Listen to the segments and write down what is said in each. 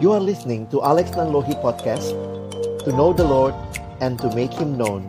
You are listening to Alex Nanlohi Podcast, to know the Lord and to make Him known.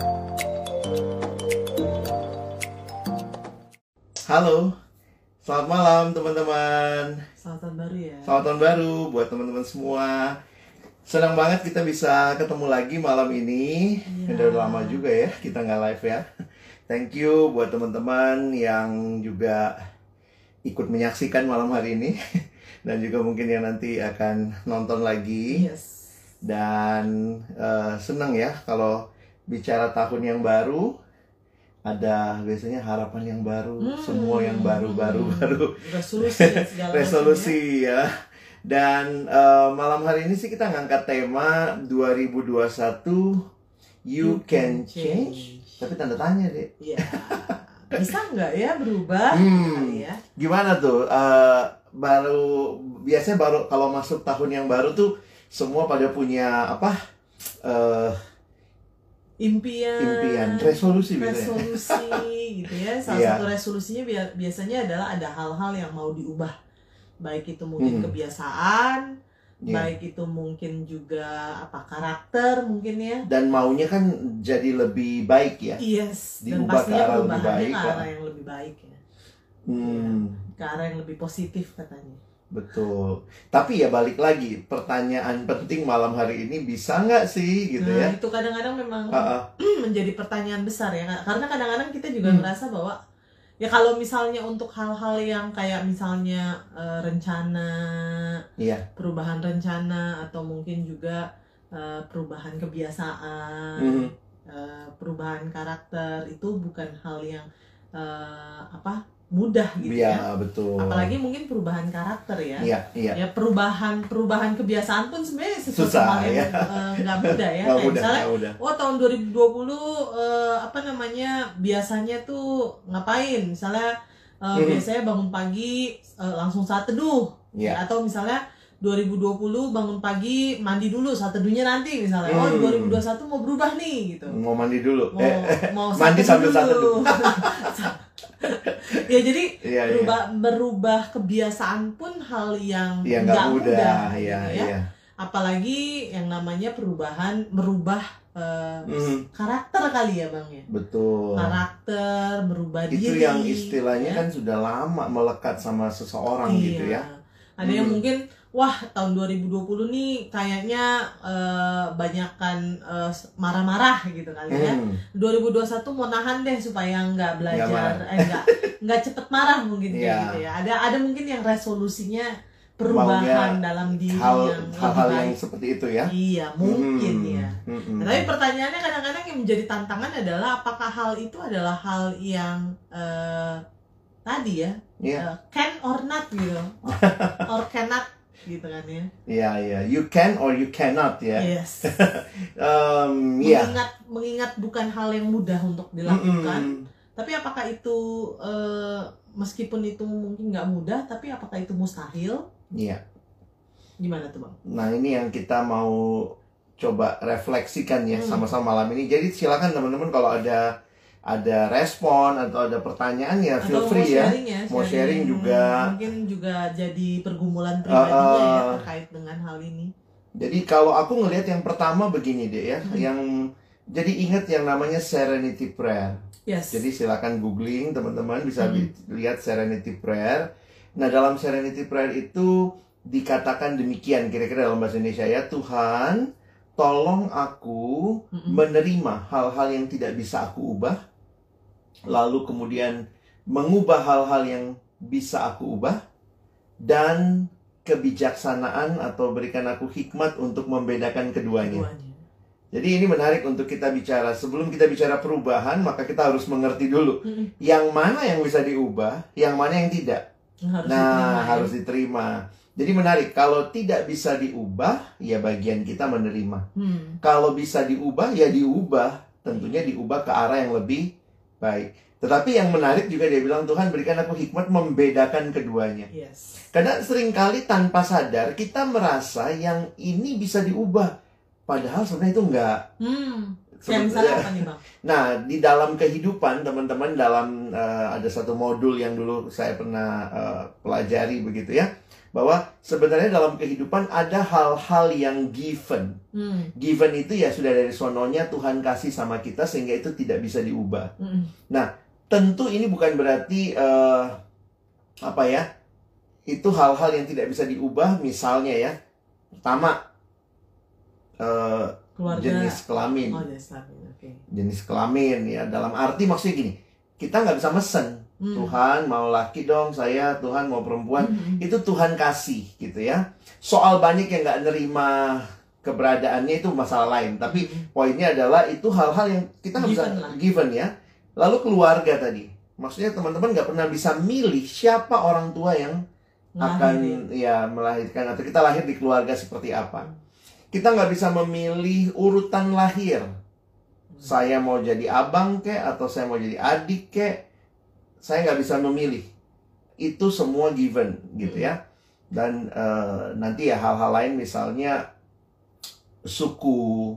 Halo, selamat malam teman-teman. Selamat tahun baru ya. Selamat tahun baru buat teman-teman semua. Senang banget kita bisa ketemu lagi malam ini. Udah lama juga ya kita nggak live ya. Thank you buat teman-teman yang juga ikut menyaksikan malam hari ini. Dan juga mungkin yang nanti akan nonton lagi. Yes. Dan senang ya kalau bicara tahun yang baru, ada biasanya harapan yang baru, semua yang baru. Resolusi dan segala Resolusi ya. Dan malam hari ini sih kita ngangkat tema 2021 You Can Change. Tapi tanda tanya deh. Iya. Bisa nggak ya berubah? Kali ya. Gimana tuh? Biasanya baru kalau masuk tahun yang baru tuh semua pada punya apa? Impian, resolusi gitu ya. Salah satu resolusinya biasanya adalah ada hal-hal yang mau diubah. Baik itu mungkin kebiasaan, baik itu mungkin juga karakter mungkin ya. Dan maunya kan jadi lebih baik ya. Yes. Dan Diubah pastinya ke arah yang lebih baik ya. Ke arah yang lebih positif katanya. Betul. Tapi ya balik lagi, pertanyaan penting malam hari ini, bisa nggak sih gitu ya? Itu kadang-kadang memang menjadi pertanyaan besar ya. Karena kadang-kadang kita juga merasa bahwa ya kalau misalnya untuk hal-hal yang kayak misalnya rencana, perubahan rencana, atau mungkin juga perubahan kebiasaan, perubahan karakter, itu bukan hal yang mudah gitu ya. Betul. Apalagi mungkin perubahan karakter ya. Iya. Ya perubahan kebiasaan pun sebenarnya sesuatu susah, hal yang nggak mudah ya. Kayak misalnya, tahun 2020 biasanya tuh ngapain? Misalnya biasanya bangun pagi langsung saat teduh. Atau misalnya 2020 bangun pagi mandi dulu, saat teduhnya nanti misalnya. 2021 mau berubah nih gitu. Mau mandi dulu. Mau mandi sambil saat teduh. Ya jadi berubah kebiasaan pun hal yang nggak mudah ya. Apalagi yang namanya merubah karakter kali ya Bang ya. Betul. Karakter, berubah diri. Itu yang istilahnya kan sudah lama melekat sama seseorang gitu ya. Ada yang mungkin tahun 2020 nih kayaknya banyakan marah-marah gitu kali ya. 2021 mau nahan deh supaya nggak belajar, nggak cepet marah mungkin gitu ya. Ada mungkin yang resolusinya perubahan dalam diri hal-hal yang seperti itu ya. Iya mungkin ya. Nah, tapi pertanyaannya kadang-kadang yang menjadi tantangan adalah apakah hal itu adalah hal yang tadi ya, can or not gitu, or cannot gitu kan ya. Iya. You can or you cannot ya. Yes. Mengingat bukan hal yang mudah untuk dilakukan. Tapi apakah itu meskipun itu mungkin nggak mudah, tapi apakah itu mustahil? Iya. Gimana tuh Bang? Nah ini yang kita mau coba refleksikan ya sama-sama malam ini. Jadi silakan teman-teman kalau ada respon atau ada pertanyaan ya feel free ya. Mau sharing juga. Mungkin juga jadi pergumulan pribadinya ya terkait dengan hal ini. Jadi kalau aku ngelihat yang pertama begini deh ya, jadi ingat yang namanya serenity prayer. Yes. Jadi silakan googling teman-teman, bisa lihat serenity prayer. Nah dalam serenity prayer itu dikatakan demikian kira-kira dalam bahasa Indonesia ya, Tuhan tolong aku menerima hal-hal yang tidak bisa aku ubah, lalu kemudian mengubah hal-hal yang bisa aku ubah, dan kebijaksanaan atau berikan aku hikmat untuk membedakan keduanya. Jadi ini menarik untuk kita bicara. Sebelum kita bicara perubahan, maka kita harus mengerti dulu yang mana yang bisa diubah, yang mana yang tidak. Harus diterima. Jadi menarik, kalau tidak bisa diubah, ya bagian kita menerima. Kalau bisa diubah, ya diubah. Tentunya diubah ke arah yang lebih baik. Tetapi yang menarik juga dia bilang, Tuhan berikan aku hikmat membedakan keduanya. Karena seringkali tanpa sadar kita merasa yang ini bisa diubah. Padahal sebenarnya itu enggak. Misalnya apa nih Bang? Nah, di dalam kehidupan teman-teman, dalam ada satu modul yang dulu saya pernah pelajari begitu ya, bahwa sebenarnya dalam kehidupan ada hal-hal yang given. Given itu ya sudah dari sononya Tuhan kasih sama kita sehingga itu tidak bisa diubah. Nah, tentu ini bukan berarti itu hal-hal yang tidak bisa diubah. Misalnya ya, pertama jenis kelamin. Jenis kelamin ya, dalam arti maksudnya gini, kita nggak bisa mesen. Tuhan mau laki dong saya, Tuhan mau perempuan. Itu Tuhan kasih gitu ya. Soal banyak yang nggak nerima keberadaannya itu masalah lain. Tapi poinnya adalah itu hal-hal yang kita nggak bisa given ya. Lalu keluarga tadi, maksudnya teman-teman nggak pernah bisa milih siapa orang tua yang akan ya melahirkan, atau kita lahir di keluarga seperti apa. Kita nggak bisa memilih urutan lahir. Saya mau jadi abang kek, atau saya mau jadi adik kek. Saya nggak bisa memilih. Itu semua given gitu ya. Dan nanti ya hal-hal lain, misalnya suku,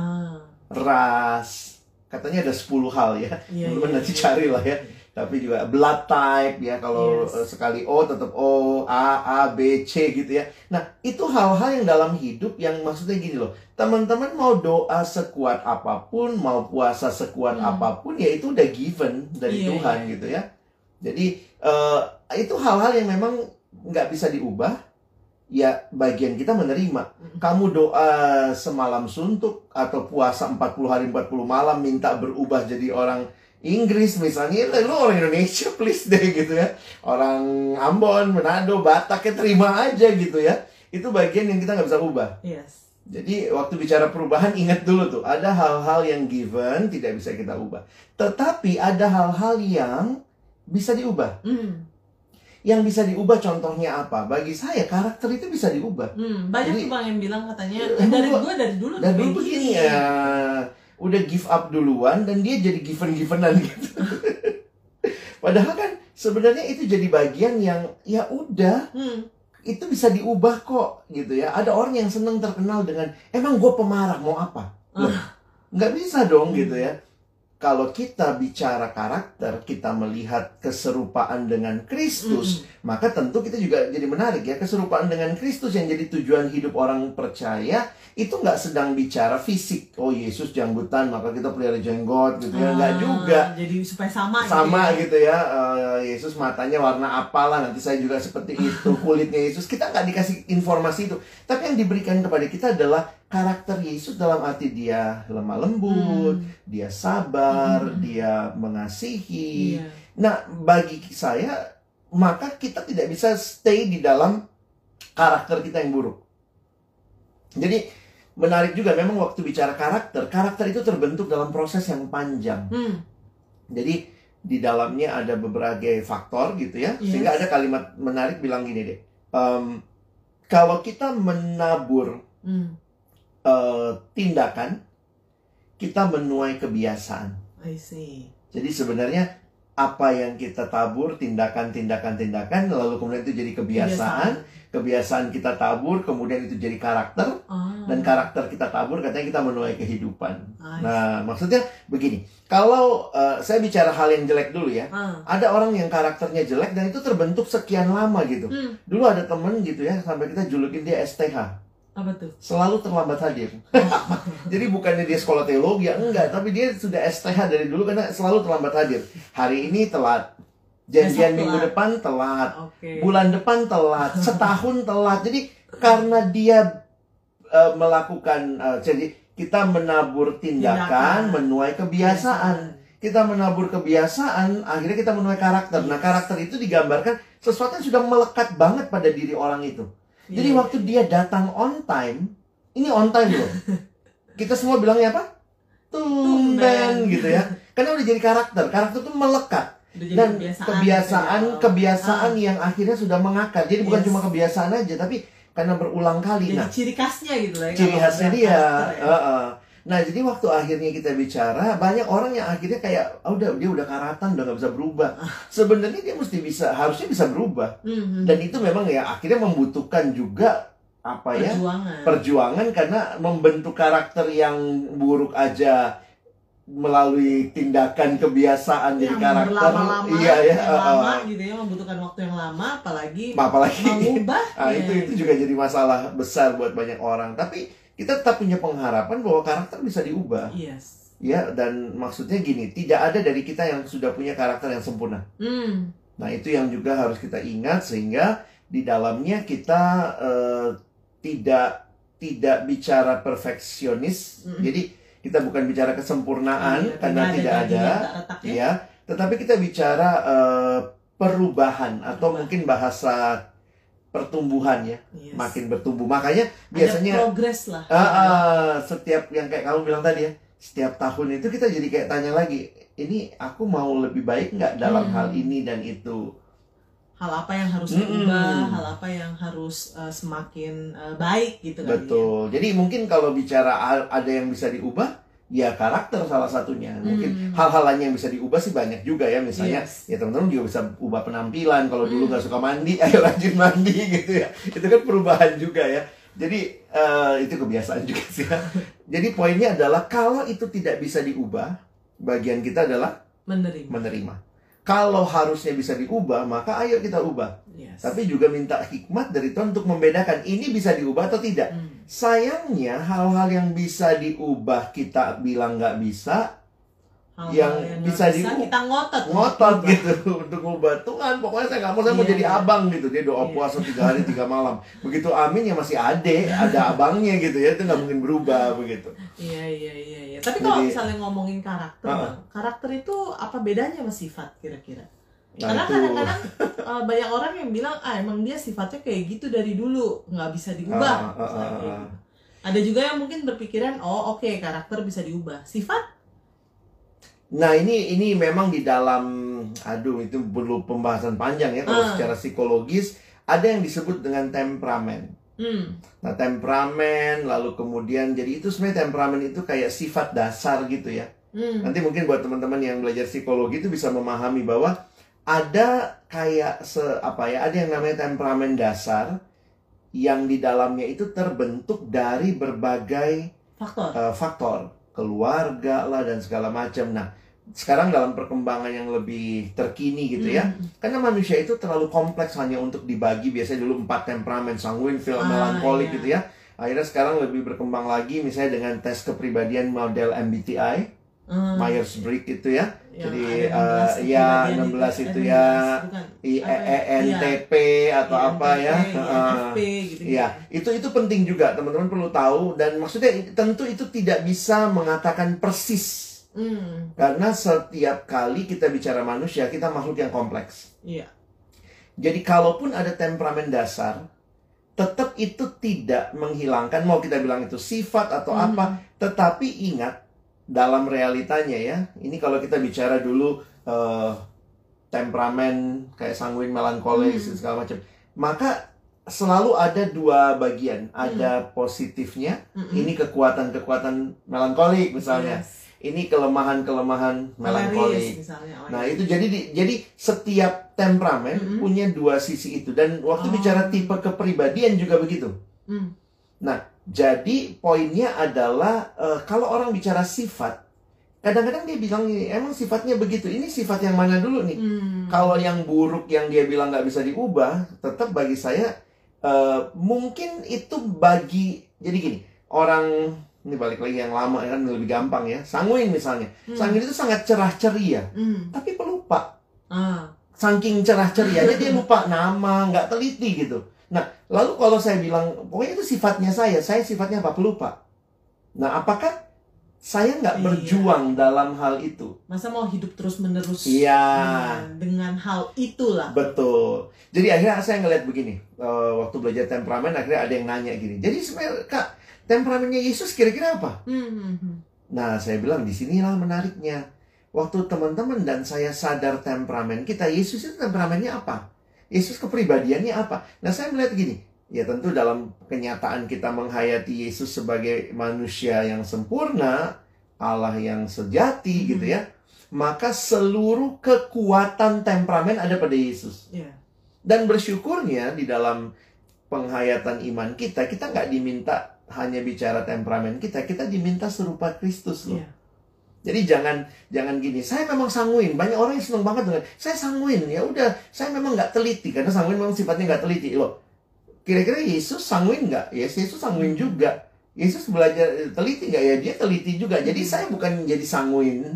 ras. Katanya ada 10 hal ya. Teman-teman nanti carilah ya. Tapi juga blood type ya, kalau sekali O tetap O, A, B, C gitu ya. Nah, itu hal-hal yang dalam hidup yang maksudnya gini loh. Teman-teman mau doa sekuat apapun, mau puasa sekuat apapun, ya itu udah given dari Tuhan gitu ya. Jadi, itu hal-hal yang memang nggak bisa diubah. Ya, bagian kita menerima. Kamu doa semalam suntuk atau puasa 40 hari 40 malam minta berubah jadi orang Inggris misalnya, lu orang Indonesia please deh gitu ya. Orang Ambon, Manado, Batak ya terima aja gitu ya. Itu bagian yang kita nggak bisa ubah. Jadi waktu bicara perubahan ingat dulu tuh, ada hal-hal yang given tidak bisa kita ubah. Tetapi ada hal-hal yang bisa diubah. Yang bisa diubah contohnya apa? Bagi saya karakter itu bisa diubah. Banyak tuh Bang yang bilang katanya dari dulu begini ya. Udah give up duluan dan dia jadi given-givenan gitu. Padahal kan sebenarnya itu jadi bagian yang ya udah itu bisa diubah kok gitu ya. Ada orang yang senang terkenal dengan emang gue pemarah mau apa? Loh, nggak bisa dong gitu ya. Kalau kita bicara karakter, kita melihat keserupaan dengan Kristus, maka tentu kita juga jadi menarik ya. Keserupaan dengan Kristus yang jadi tujuan hidup orang percaya, itu nggak sedang bicara fisik. Oh, Yesus janggutan, maka kita pelihara jenggot gitu ya. Nggak juga. Jadi supaya sama gitu ya. Yesus matanya warna apalah, nanti saya juga seperti itu. Kulitnya Yesus, kita nggak dikasih informasi itu. Tapi yang diberikan kepada kita adalah karakter Yesus dalam arti dia lemah lembut, dia sabar, dia mengasihi. Nah, bagi saya, maka kita tidak bisa stay di dalam karakter kita yang buruk. Jadi, menarik juga memang waktu bicara karakter itu terbentuk dalam proses yang panjang. Jadi, di dalamnya ada beberapa faktor gitu ya. Sehingga ada kalimat menarik bilang gini deh. Kalau kita menabur tindakan, kita menuai kebiasaan. I see. Jadi sebenarnya apa yang kita tabur, tindakan, lalu kemudian itu jadi kebiasaan kita tabur, kemudian itu jadi karakter, dan karakter kita tabur, katanya kita menuai kehidupan. Nah, maksudnya begini, kalau saya bicara hal yang jelek dulu ya, ada orang yang karakternya jelek dan itu terbentuk sekian lama gitu. Dulu ada temen gitu ya, sampai kita julukin dia STH. Apa tuh? Selalu terlambat hadir. Jadi bukannya dia sekolah teologi, enggak, tapi dia sudah STH dari dulu karena selalu terlambat hadir. Hari ini telat, janjian minggu depan telat, bulan depan telat, setahun telat. Jadi karena dia melakukan, jadi kita menabur tindakan, menuai kebiasaan. Kita menabur kebiasaan, akhirnya kita menuai karakter. Nah, karakter itu digambarkan sesuatu yang sudah melekat banget pada diri orang itu. Jadi waktu dia datang on time, ini on time loh. Kita semua bilangnya apa? Tumben gitu ya. Karena udah jadi karakter. Karakter itu melekat. Dan kebiasaan yang akhirnya sudah mengakar. Jadi bukan cuma kebiasaan aja, tapi karena berulang kali. Jadi ciri khasnya gitu lah. Ciri khasnya dia. Nah, jadi waktu akhirnya kita bicara, banyak orang yang akhirnya kayak, dia udah karatan, udah gak bisa berubah. Sebenarnya dia harusnya bisa berubah. Dan itu memang ya akhirnya membutuhkan juga perjuangan, karena membentuk karakter yang buruk aja melalui tindakan kebiasaan jadi karakter lama gitu ya, membutuhkan waktu yang lama, apalagi mengubah itu juga jadi masalah besar buat banyak orang. Tapi kita tetap punya pengharapan bahwa karakter bisa diubah. Ya, dan maksudnya gini, tidak ada dari kita yang sudah punya karakter yang sempurna. Nah, itu yang juga harus kita ingat, sehingga di dalamnya kita tidak bicara perfeksionis. Jadi kita bukan bicara kesempurnaan karena tidak ada, ya. Tetapi kita bicara perubahan atau mungkin bahasa pertumbuhan ya, makin bertumbuh. Makanya biasanya progres lah. Setiap yang kayak kamu bilang tadi ya, setiap tahun itu kita jadi kayak tanya lagi, ini aku mau lebih baik nggak dalam hal ini dan itu. Hal apa yang harus diubah, hal apa yang harus semakin baik gitu kan. Betul. Ya? Jadi mungkin kalau bicara ada yang bisa diubah, ya karakter salah satunya. Mungkin hal-hal lain yang bisa diubah sih banyak juga ya. Misalnya ya teman-teman juga bisa ubah penampilan. Kalau dulu nggak suka mandi, ayo rajin mandi gitu ya. Itu kan perubahan juga ya. Jadi itu kebiasaan juga sih ya. Jadi poinnya adalah kalau itu tidak bisa diubah, bagian kita adalah menerima. Kalau harusnya bisa diubah, maka ayo kita ubah. Tapi juga minta hikmat dari Tuhan untuk membedakan ini bisa diubah atau tidak. Sayangnya hal-hal yang bisa diubah kita bilang nggak bisa. Yang bisa diubah kita ngotot gitu untuk ubah. Tuhan pokoknya saya nggak mau, saya mau jadi abang gitu. Dia doa puasa 3 hari 3 malam. Begitu amin ya masih ada abangnya gitu ya. Itu nggak mungkin berubah begitu. Iya. Tapi kalau misalnya ngomongin karakter, Bang, karakter itu apa bedanya sama sifat kira-kira? Karena kadang-kadang banyak orang yang bilang, emang dia sifatnya kayak gitu dari dulu, nggak bisa diubah. Ada juga yang mungkin berpikiran, oke, karakter bisa diubah. Sifat? Nah ini memang di dalam, itu perlu pembahasan panjang ya. Kalau secara psikologis ada yang disebut dengan temperamen. Nah temperamen, lalu kemudian jadi itu sebenarnya temperamen itu kayak sifat dasar gitu ya. Nanti mungkin buat teman-teman yang belajar psikologi itu bisa memahami bahwa ada kayak ada yang namanya temperamen dasar yang di dalamnya itu terbentuk dari berbagai faktor, keluarga lah dan segala macam. Nah sekarang dalam perkembangan yang lebih terkini gitu ya, karena manusia itu terlalu kompleks hanya untuk dibagi. Biasanya dulu 4 temperamen, sanguin, melankolik gitu ya. Akhirnya sekarang lebih berkembang lagi misalnya dengan tes kepribadian model MBTI, Myers-Briggs itu ya. Jadi 16 itu ya, ENTP atau apa ya. Ya, itu penting juga teman-teman perlu tahu, dan maksudnya tentu itu tidak bisa mengatakan persis. Karena setiap kali kita bicara manusia, kita makhluk yang kompleks. Jadi kalaupun ada temperamen dasar, tetap itu tidak menghilangkan, mau kita bilang itu sifat atau apa, tetapi ingat dalam realitanya ya. Ini kalau kita bicara dulu temperamen kayak sanguin, melankolik, segala macam, maka selalu ada 2 bagian. Ada positifnya, ini kekuatan-kekuatan melankolik misalnya. Ini kelemahan-kelemahan melankolik. Nah, itu jadi setiap temperamen punya 2 sisi itu. Dan waktu bicara tipe kepribadian juga begitu. Nah, jadi poinnya adalah kalau orang bicara sifat, kadang-kadang dia bilang emang sifatnya begitu. Ini sifat yang mana dulu nih? Kalau yang buruk yang dia bilang nggak bisa diubah, tetap bagi saya mungkin itu jadi gini, orang ini balik lagi yang lama kan lebih gampang ya. Sanguin misalnya. Sanguin itu sangat cerah ceria, tapi pelupa. Saking cerah cerianya dia lupa nama, nggak teliti gitu. Nah, lalu kalau saya bilang, pokoknya itu sifatnya saya sifatnya apa? Pelupa. Nah, apakah saya nggak berjuang dalam hal itu? Masa mau hidup terus-menerus dengan hal itulah. Betul. Jadi akhirnya saya ngeliat begini, waktu belajar temperamen akhirnya ada yang nanya gini. Jadi sebenarnya Kak, temperamennya Yesus kira-kira apa? Nah, saya bilang disinilah menariknya. Waktu teman-teman dan saya sadar temperamen kita, Yesus itu temperamennya apa? Yesus kepribadiannya apa? Nah, saya melihat gini. Ya tentu dalam kenyataan kita menghayati Yesus sebagai manusia yang sempurna, Allah yang sejati gitu ya. Maka seluruh kekuatan temperamen ada pada Yesus. Dan bersyukurnya di dalam penghayatan iman kita nggak diminta hanya bicara temperamen kita diminta serupa Kristus loh. Jadi jangan gini, saya memang sanguin. Banyak orang yang senang banget dengan saya sanguin. Ya udah, saya memang nggak teliti, karena sanguin memang sifatnya nggak teliti loh. Kira-kira Yesus sanguin nggak? Ya, Yesus sanguin juga. Yesus belajar teliti nggak? Ya dia teliti juga. Jadi saya bukan jadi sanguin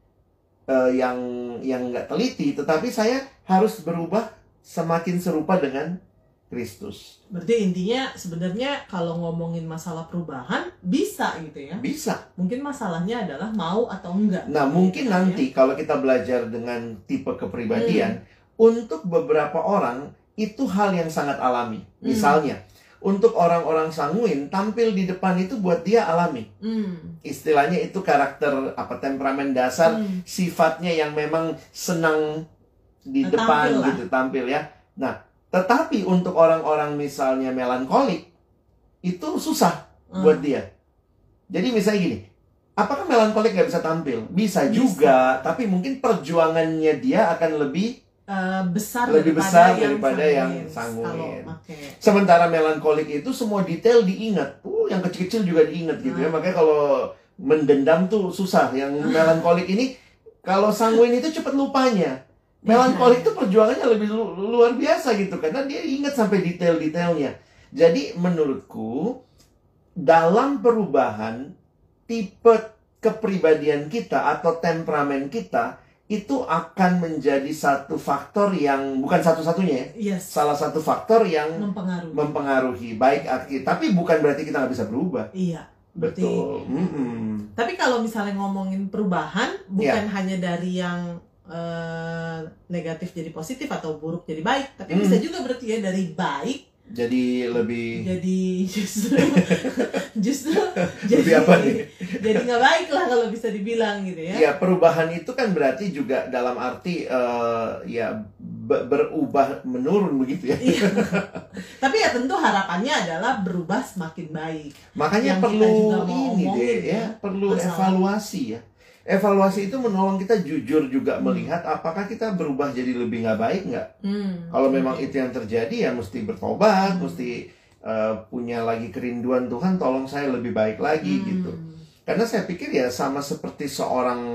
yang nggak teliti, tetapi saya harus berubah semakin serupa dengan Kristus. Berarti intinya sebenarnya kalau ngomongin masalah perubahan bisa gitu ya? Bisa. Mungkin masalahnya adalah mau atau enggak. Nah mungkin nanti kalau kita belajar dengan tipe kepribadian, untuk beberapa orang itu hal yang sangat alami. Misalnya, untuk orang-orang sanguin, tampil di depan itu buat dia alami. Istilahnya itu karakter temperamen dasar, sifatnya yang memang senang di depan gitu, tampil ya. Nah, tetapi untuk orang-orang misalnya melankolik, itu susah buat dia. Jadi misalnya gini, apakah melankolik nggak bisa tampil? Bisa juga, tapi mungkin perjuangannya dia akan lebih besar daripada yang sanguin. Sementara melankolik itu semua detail diingat. Yang kecil-kecil juga diingat gitu ya. Makanya kalau mendendam tuh susah. Yang melankolik ini, kalau sanguin itu cepat lupanya. Melankolik itu perjuangannya lebih luar biasa gitu, karena dia ingat sampai detail-detailnya. Jadi menurutku dalam perubahan tipe kepribadian kita atau temperamen kita itu akan menjadi satu faktor yang bukan satu-satunya ya. Salah satu faktor yang mempengaruhi baik tapi bukan berarti kita nggak bisa berubah. Iya, betul. Tapi kalau misalnya ngomongin perubahan bukan hanya dari yang negatif jadi positif atau buruk jadi baik, tapi bisa juga berarti ya dari baik jadi lebih justru lebih apa nih? Jadi nggak baik lah kalau bisa dibilang gitu ya. Ya, perubahan itu kan berarti juga dalam arti berubah menurun begitu ya. Iya. Tapi ya tentu harapannya adalah berubah semakin baik. Makanya perlu ini deh ya, perlu evaluasi ya. Evaluasi itu menolong kita jujur juga melihat apakah kita berubah jadi lebih nggak baik nggak. Kalau memang itu yang terjadi ya mesti bertobat, mesti punya lagi kerinduan Tuhan, tolong saya lebih baik lagi gitu. Karena saya pikir ya sama seperti seorang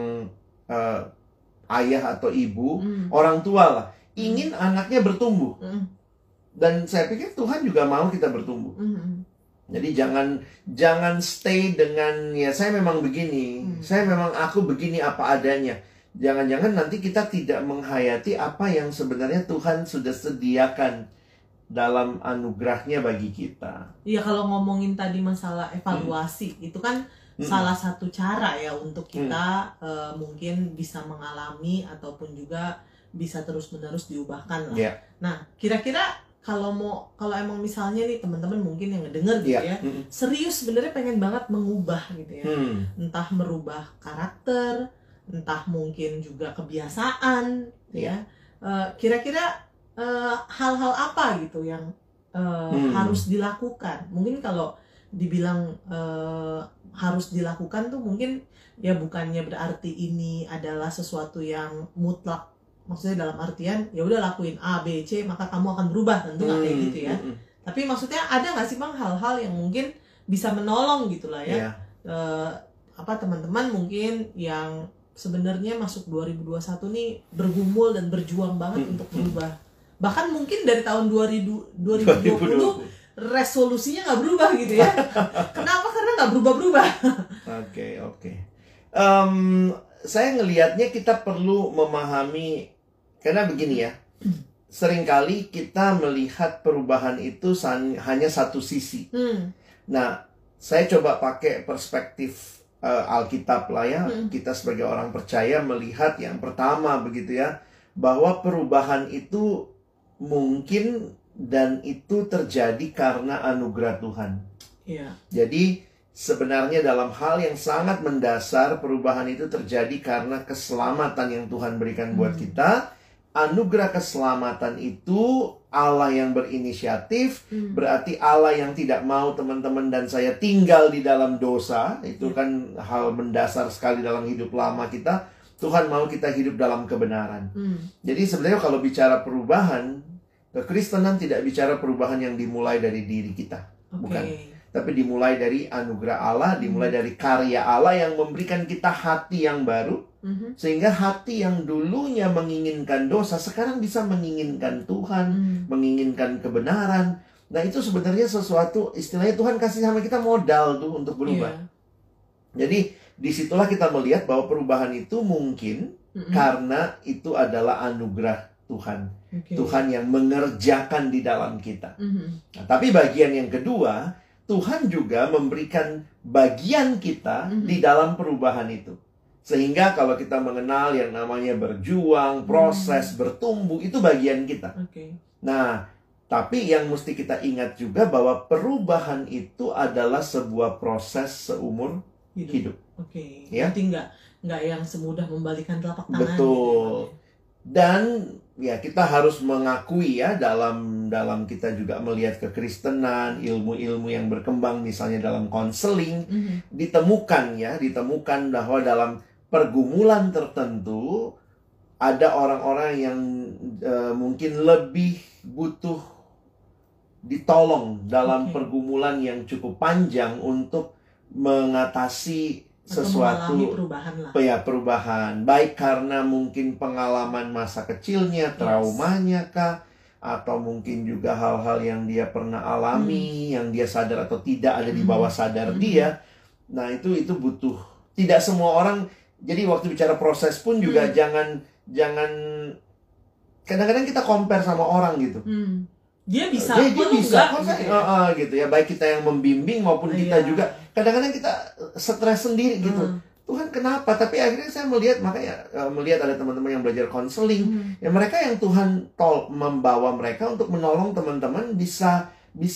ayah atau ibu, orang tua lah, ingin anaknya bertumbuh. Dan saya pikir Tuhan juga mau kita bertumbuh. Jadi jangan stay dengan ya saya memang begini, aku begini apa adanya. Jangan-jangan nanti kita tidak menghayati apa yang sebenarnya Tuhan sudah sediakan dalam anugerahnya bagi kita. Iya, kalau ngomongin tadi masalah evaluasi, itu kan salah satu cara ya untuk kita mungkin bisa mengalami ataupun juga bisa terus-menerus diubahkan lah. Nah, kira-kira kalau emang misalnya nih teman-teman mungkin yang ngedenger gitu ya, serius sebenarnya pengen banget mengubah gitu ya, entah merubah karakter, entah mungkin juga kebiasaan, ya. Kira-kira hal-hal apa gitu yang harus dilakukan? Mungkin kalau dibilang harus dilakukan tuh mungkin ya bukannya berarti ini adalah sesuatu yang mutlak. Maksudnya dalam artian ya udah lakuin A, B, C maka kamu akan berubah, tentu nggak kayak gitu ya. Tapi maksudnya ada nggak sih Bang hal-hal yang mungkin bisa menolong gitulah ya. Teman-teman mungkin yang sebenarnya masuk 2021 nih bergumul dan berjuang banget untuk berubah. Bahkan mungkin dari tahun 2020 resolusinya nggak berubah gitu ya. Kenapa? Karena nggak berubah-berubah. Oke. Saya ngelihatnya kita perlu memahami. Karena begini ya, seringkali kita melihat perubahan itu hanya satu sisi. Nah, saya coba pakai perspektif Alkitab lah ya. Kita sebagai orang percaya melihat yang pertama begitu ya, bahwa perubahan itu mungkin dan itu terjadi karena anugerah Tuhan. Jadi sebenarnya dalam hal yang sangat mendasar, perubahan itu terjadi karena keselamatan yang Tuhan berikan buat kita. Anugerah keselamatan itu Allah yang berinisiatif, berarti Allah yang tidak mau teman-teman dan saya tinggal di dalam dosa. Itu kan hal mendasar sekali dalam hidup lama kita. Tuhan mau kita hidup dalam kebenaran. Jadi sebenarnya kalau bicara perubahan, kekristenan tidak bicara perubahan yang dimulai dari diri kita. Bukan. tapi dimulai dari anugerah Allah, dimulai dari karya Allah yang memberikan kita hati yang baru, sehingga hati yang dulunya menginginkan dosa sekarang bisa menginginkan Tuhan, menginginkan kebenaran. Nah, itu sebenarnya sesuatu, istilahnya Tuhan kasih sama kita modal tuh untuk berubah. Jadi disitulah kita melihat bahwa perubahan itu mungkin karena itu adalah anugerah Tuhan. Tuhan yang mengerjakan di dalam kita. Nah, tapi bagian yang kedua, Tuhan juga memberikan bagian kita di dalam perubahan itu. Sehingga kalau kita mengenal yang namanya berjuang, proses, bertumbuh, itu bagian kita. Nah, tapi yang mesti kita ingat juga bahwa perubahan itu adalah sebuah proses seumur hidup. Ya? Jadi nggak yang semudah membalikan telapak tangan. Betul. Dan ya kita harus mengakui ya dalam kita juga melihat kekristenan, ilmu-ilmu yang berkembang misalnya dalam konseling, ditemukan bahwa dalam pergumulan tertentu ada orang-orang yang mungkin lebih butuh ditolong dalam pergumulan yang cukup panjang untuk mengatasi sesuatu perubahan, baik karena mungkin pengalaman masa kecilnya, traumanya kah, atau mungkin juga hal-hal yang dia pernah alami, yang dia sadar atau tidak ada di bawah sadar dia. Nah, itu butuh. Tidak semua orang. Jadi waktu bicara proses pun juga jangan kadang-kadang kita compare sama orang gitu. Dia bisa kok gitu ya. Baik kita yang membimbing maupun kita juga kadang-kadang kita stres sendiri gitu. Tuhan kenapa? Tapi akhirnya saya melihat ada teman-teman yang belajar konseling, ya mereka yang Tuhan membawa mereka untuk menolong teman-teman bisa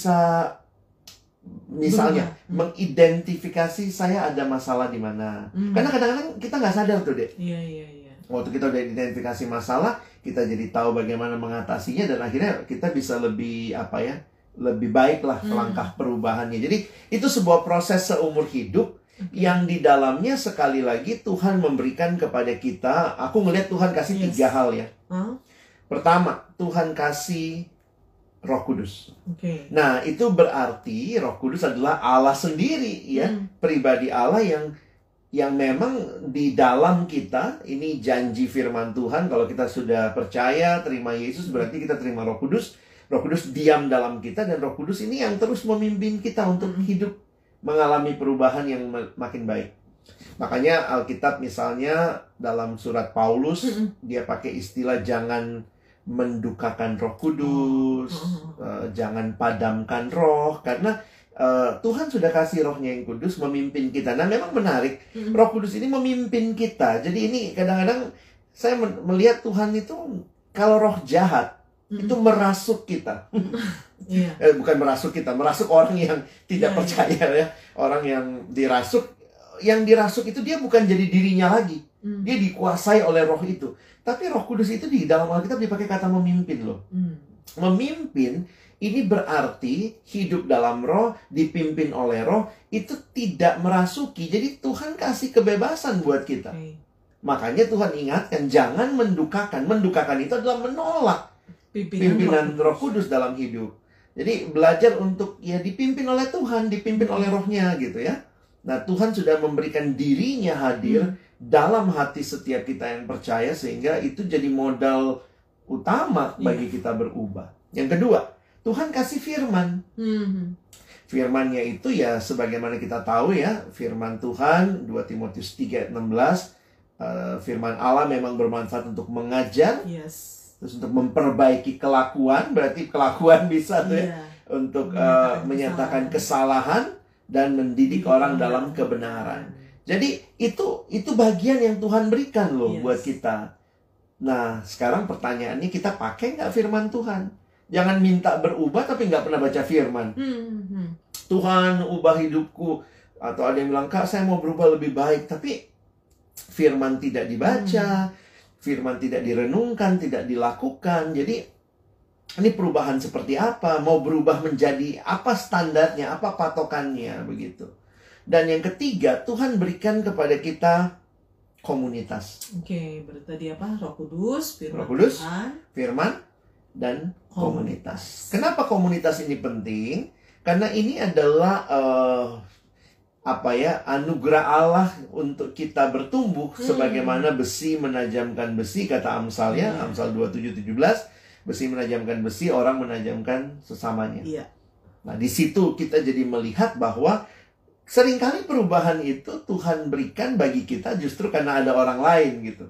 misalnya mengidentifikasi saya ada masalah di mana. Karena kadang-kadang kita nggak sadar tuh, Dek. Waktu kita udah identifikasi masalah, kita jadi tahu bagaimana mengatasinya, dan akhirnya kita bisa lebih baik lah langkah perubahannya. Jadi itu sebuah proses seumur hidup yang di dalamnya sekali lagi Tuhan memberikan kepada kita. Aku ngelihat Tuhan kasih 3 hal ya. Pertama, Tuhan kasih Roh Kudus. Nah, itu berarti Roh Kudus adalah Allah sendiri ya, pribadi Allah yang memang di dalam kita. Ini janji firman Tuhan. Kalau kita sudah percaya, terima Yesus, berarti kita terima Roh Kudus. Roh Kudus diam dalam kita, dan Roh Kudus ini yang terus memimpin kita untuk hidup mengalami perubahan yang makin baik. Makanya Alkitab misalnya dalam surat Paulus, dia pakai istilah jangan mendukakan Roh Kudus, jangan padamkan roh, karena Tuhan sudah kasih rohnya yang kudus memimpin kita. Nah, memang menarik, Roh Kudus ini memimpin kita. Jadi ini kadang-kadang saya melihat Tuhan itu kalau roh jahat itu merasuk kita. Bukan merasuk kita, merasuk orang yang tidak percaya ya. Orang yang dirasuk itu dia bukan jadi dirinya lagi. Dia dikuasai oleh roh itu. Tapi Roh Kudus itu di dalam Alkitab dipakai kata memimpin loh. Memimpin ini berarti hidup dalam roh, dipimpin oleh roh, itu tidak merasuki. Jadi Tuhan kasih kebebasan buat kita. Makanya Tuhan ingatkan, jangan mendukakan. Mendukakan itu adalah menolak pimpinan Roh Kudus dalam hidup. Jadi belajar untuk ya dipimpin oleh Tuhan, dipimpin oleh rohnya gitu ya. Nah, Tuhan sudah memberikan dirinya hadir dalam hati setiap kita yang percaya, sehingga itu jadi modal utama bagi kita berubah. Yang kedua, Tuhan kasih firman. Firmannya itu ya sebagaimana kita tahu ya, firman Tuhan 2 Timotius 3:16, firman Allah memang bermanfaat untuk mengajar, terus untuk memperbaiki kelakuan, berarti kelakuan bisa tuh ya, untuk menyatakan kesalahan dan mendidik orang dalam kebenaran. Jadi itu bagian yang Tuhan berikan loh buat kita. Nah, sekarang pertanyaannya, kita pakai nggak firman Tuhan? Jangan minta berubah tapi nggak pernah baca firman. Tuhan, ubah hidupku. Atau ada yang bilang, Kak, saya mau berubah lebih baik. Tapi firman tidak dibaca, firman tidak direnungkan, tidak dilakukan. Jadi ini perubahan seperti apa? Mau berubah menjadi apa standarnya, apa patokannya, begitu. Dan yang ketiga, Tuhan berikan kepada kita komunitas. Berarti tadi apa? Roh Kudus, firman, dan komunitas. Kenapa komunitas ini penting? Karena ini adalah anugerah Allah untuk kita bertumbuh sebagaimana besi menajamkan besi, kata Amsal ya, Amsal 27:17, besi menajamkan besi, orang menajamkan sesamanya. Nah, di situ kita jadi melihat bahwa seringkali perubahan itu Tuhan berikan bagi kita justru karena ada orang lain gitu.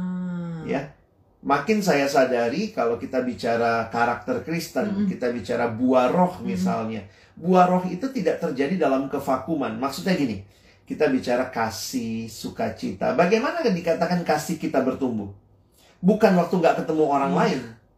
Ya. Makin saya sadari kalau kita bicara karakter Kristen, kita bicara buah roh misalnya. Buah roh itu tidak terjadi dalam kevakuman. Maksudnya gini, kita bicara kasih, sukacita. Bagaimana dikatakan kasih kita bertumbuh? Bukan waktu nggak ketemu orang lain.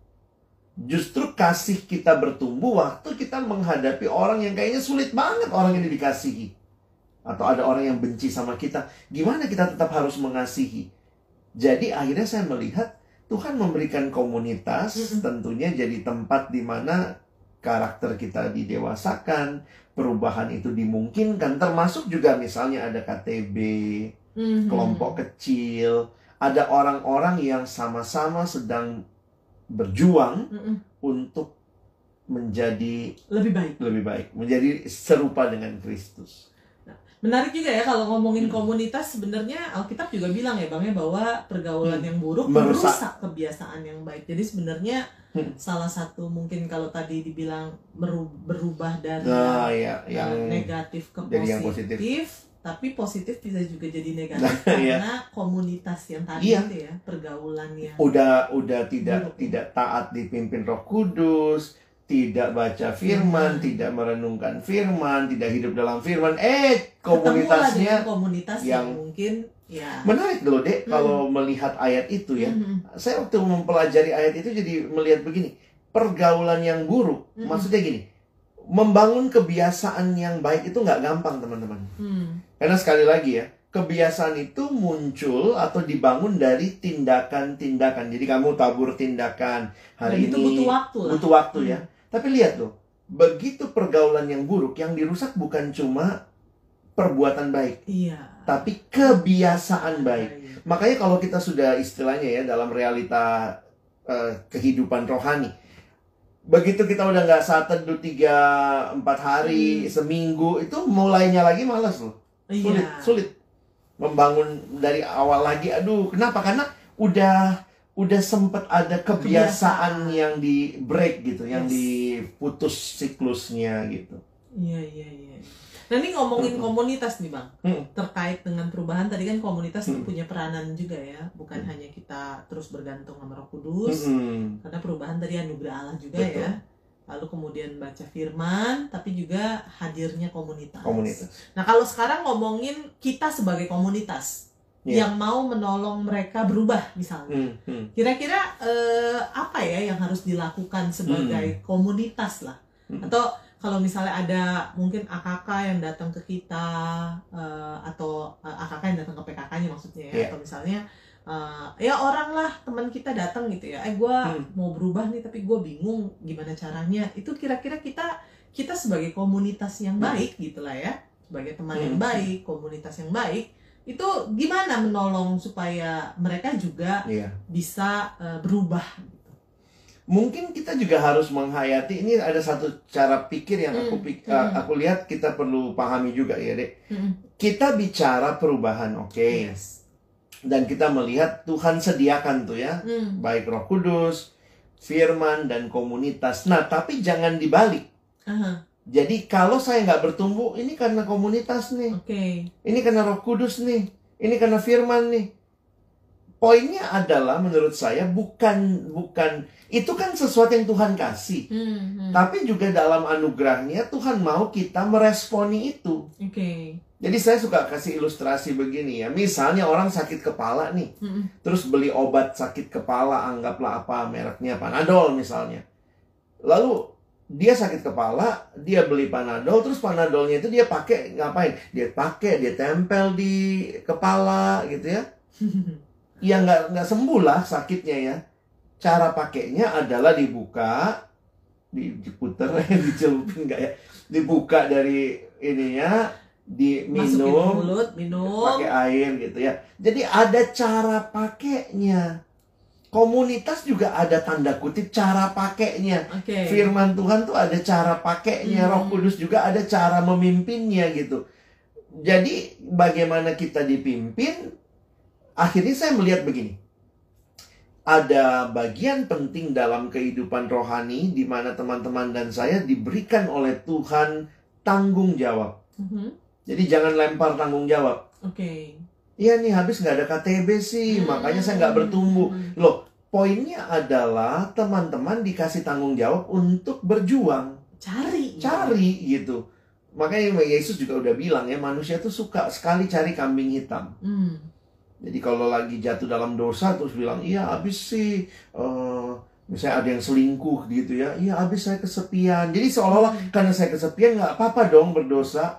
Justru kasih kita bertumbuh waktu kita menghadapi orang yang kayaknya sulit banget orang ini dikasihi. Atau ada orang yang benci sama kita. Gimana kita tetap harus mengasihi? Jadi akhirnya saya melihat Tuhan memberikan komunitas, tentunya jadi tempat di mana karakter kita didewasakan, perubahan itu dimungkinkan. Termasuk juga misalnya ada KTB, kelompok kecil, ada orang-orang yang sama-sama sedang berjuang untuk menjadi lebih baik, menjadi serupa dengan Kristus. Menarik juga ya kalau ngomongin komunitas, sebenarnya Alkitab juga bilang ya Bang ya, bahwa pergaulan yang buruk merusak kebiasaan yang baik. Jadi sebenarnya salah satu mungkin kalau tadi dibilang berubah dari yang negatif ke positif, tapi positif bisa juga jadi negatif karena komunitas yang tadi itu ya, pergaulan yang udah tidak taat dipimpin Roh Kudus, tidak baca firman, tidak merenungkan firman, tidak hidup dalam firman. Komunitasnya komunitas yang mungkin menarik loh, Dek, kalau melihat ayat itu ya. Saya waktu mempelajari ayat itu jadi melihat begini, pergaulan yang buruk, maksudnya gini, membangun kebiasaan yang baik itu nggak gampang, teman-teman. Karena sekali lagi ya, kebiasaan itu muncul atau dibangun dari tindakan-tindakan. Jadi kamu tabur tindakan hari ini, butuh waktu ya. Tapi lihat loh, begitu pergaulan yang buruk, yang dirusak bukan cuma perbuatan baik, tapi kebiasaan baik. Makanya kalau kita sudah istilahnya ya dalam realita kehidupan rohani, begitu kita udah nggak saat teduh 3-4 hari, seminggu, itu mulainya lagi malas loh. Sulit membangun dari awal lagi. Aduh, kenapa? Karena udah sempet ada kebiasaan yang di break gitu, yang diputus siklusnya gitu. Iya. Nah ini ngomongin komunitas nih Bang, terkait dengan perubahan, tadi kan komunitas itu punya peranan juga ya, bukan hanya kita terus bergantung sama Roh Kudus, karena perubahan tadi anugerah Allah juga ya. Lalu kemudian baca firman, tapi juga hadirnya komunitas. Nah kalau sekarang ngomongin kita sebagai komunitas yang mau menolong mereka berubah misalnya, kira-kira apa ya yang harus dilakukan sebagai komunitas lah? Atau kalau misalnya ada mungkin AKK yang datang ke kita, atau AKK yang datang ke PKK-nya maksudnya ya, atau misalnya ya orang lah, teman kita datang gitu ya, gue mau berubah nih tapi gue bingung gimana caranya. Itu kira-kira kita sebagai komunitas yang baik gitulah ya, sebagai teman yang baik, komunitas yang baik, itu gimana menolong supaya mereka juga bisa berubah. Mungkin kita juga harus menghayati, ini ada satu cara pikir yang aku lihat kita perlu pahami juga ya, Dek. Kita bicara perubahan, dan kita melihat Tuhan sediakan tuh ya, baik Roh Kudus, firman, dan komunitas. Nah, tapi jangan dibalik. Jadi kalau saya nggak bertumbuh, ini karena komunitas nih, ini karena Roh Kudus nih, ini karena firman nih. Poinnya adalah menurut saya bukan itu kan sesuatu yang Tuhan kasih, tapi juga dalam anugerahnya Tuhan mau kita meresponi itu. Jadi saya suka kasih ilustrasi begini ya, misalnya orang sakit kepala nih, terus beli obat sakit kepala, anggaplah apa mereknya, Panadol misalnya. Lalu dia sakit kepala, dia beli Panadol, terus Panadolnya itu dia pakai ngapain? Dia tempel di kepala gitu ya. Ya nggak sembuh lah sakitnya ya. Cara pakainya adalah dibuka, diputer, dicelupin nggak ya? Dibuka dari ininya, diminum, minum, pakai air gitu ya. Jadi ada cara pakainya. Komunitas juga ada tanda kutip cara pakainya. Firman Tuhan tuh ada cara pakainya. Roh Kudus juga ada cara memimpinnya gitu. Jadi bagaimana kita dipimpin, akhirnya saya melihat begini. Ada bagian penting dalam kehidupan rohani di mana teman-teman dan saya diberikan oleh Tuhan tanggung jawab. Jadi jangan lempar tanggung jawab. Iya nih, habis nggak ada KTB sih, makanya saya nggak bertumbuh. Loh, poinnya adalah teman-teman dikasih tanggung jawab untuk berjuang. Cari gitu. Makanya Yesus juga udah bilang ya, manusia tuh suka sekali cari kambing hitam. Jadi kalau lagi jatuh dalam dosa terus bilang, iya habis sih, misalnya ada yang selingkuh gitu ya, iya habis saya kesepian. Jadi seolah-olah karena saya kesepian nggak apa-apa dong berdosa.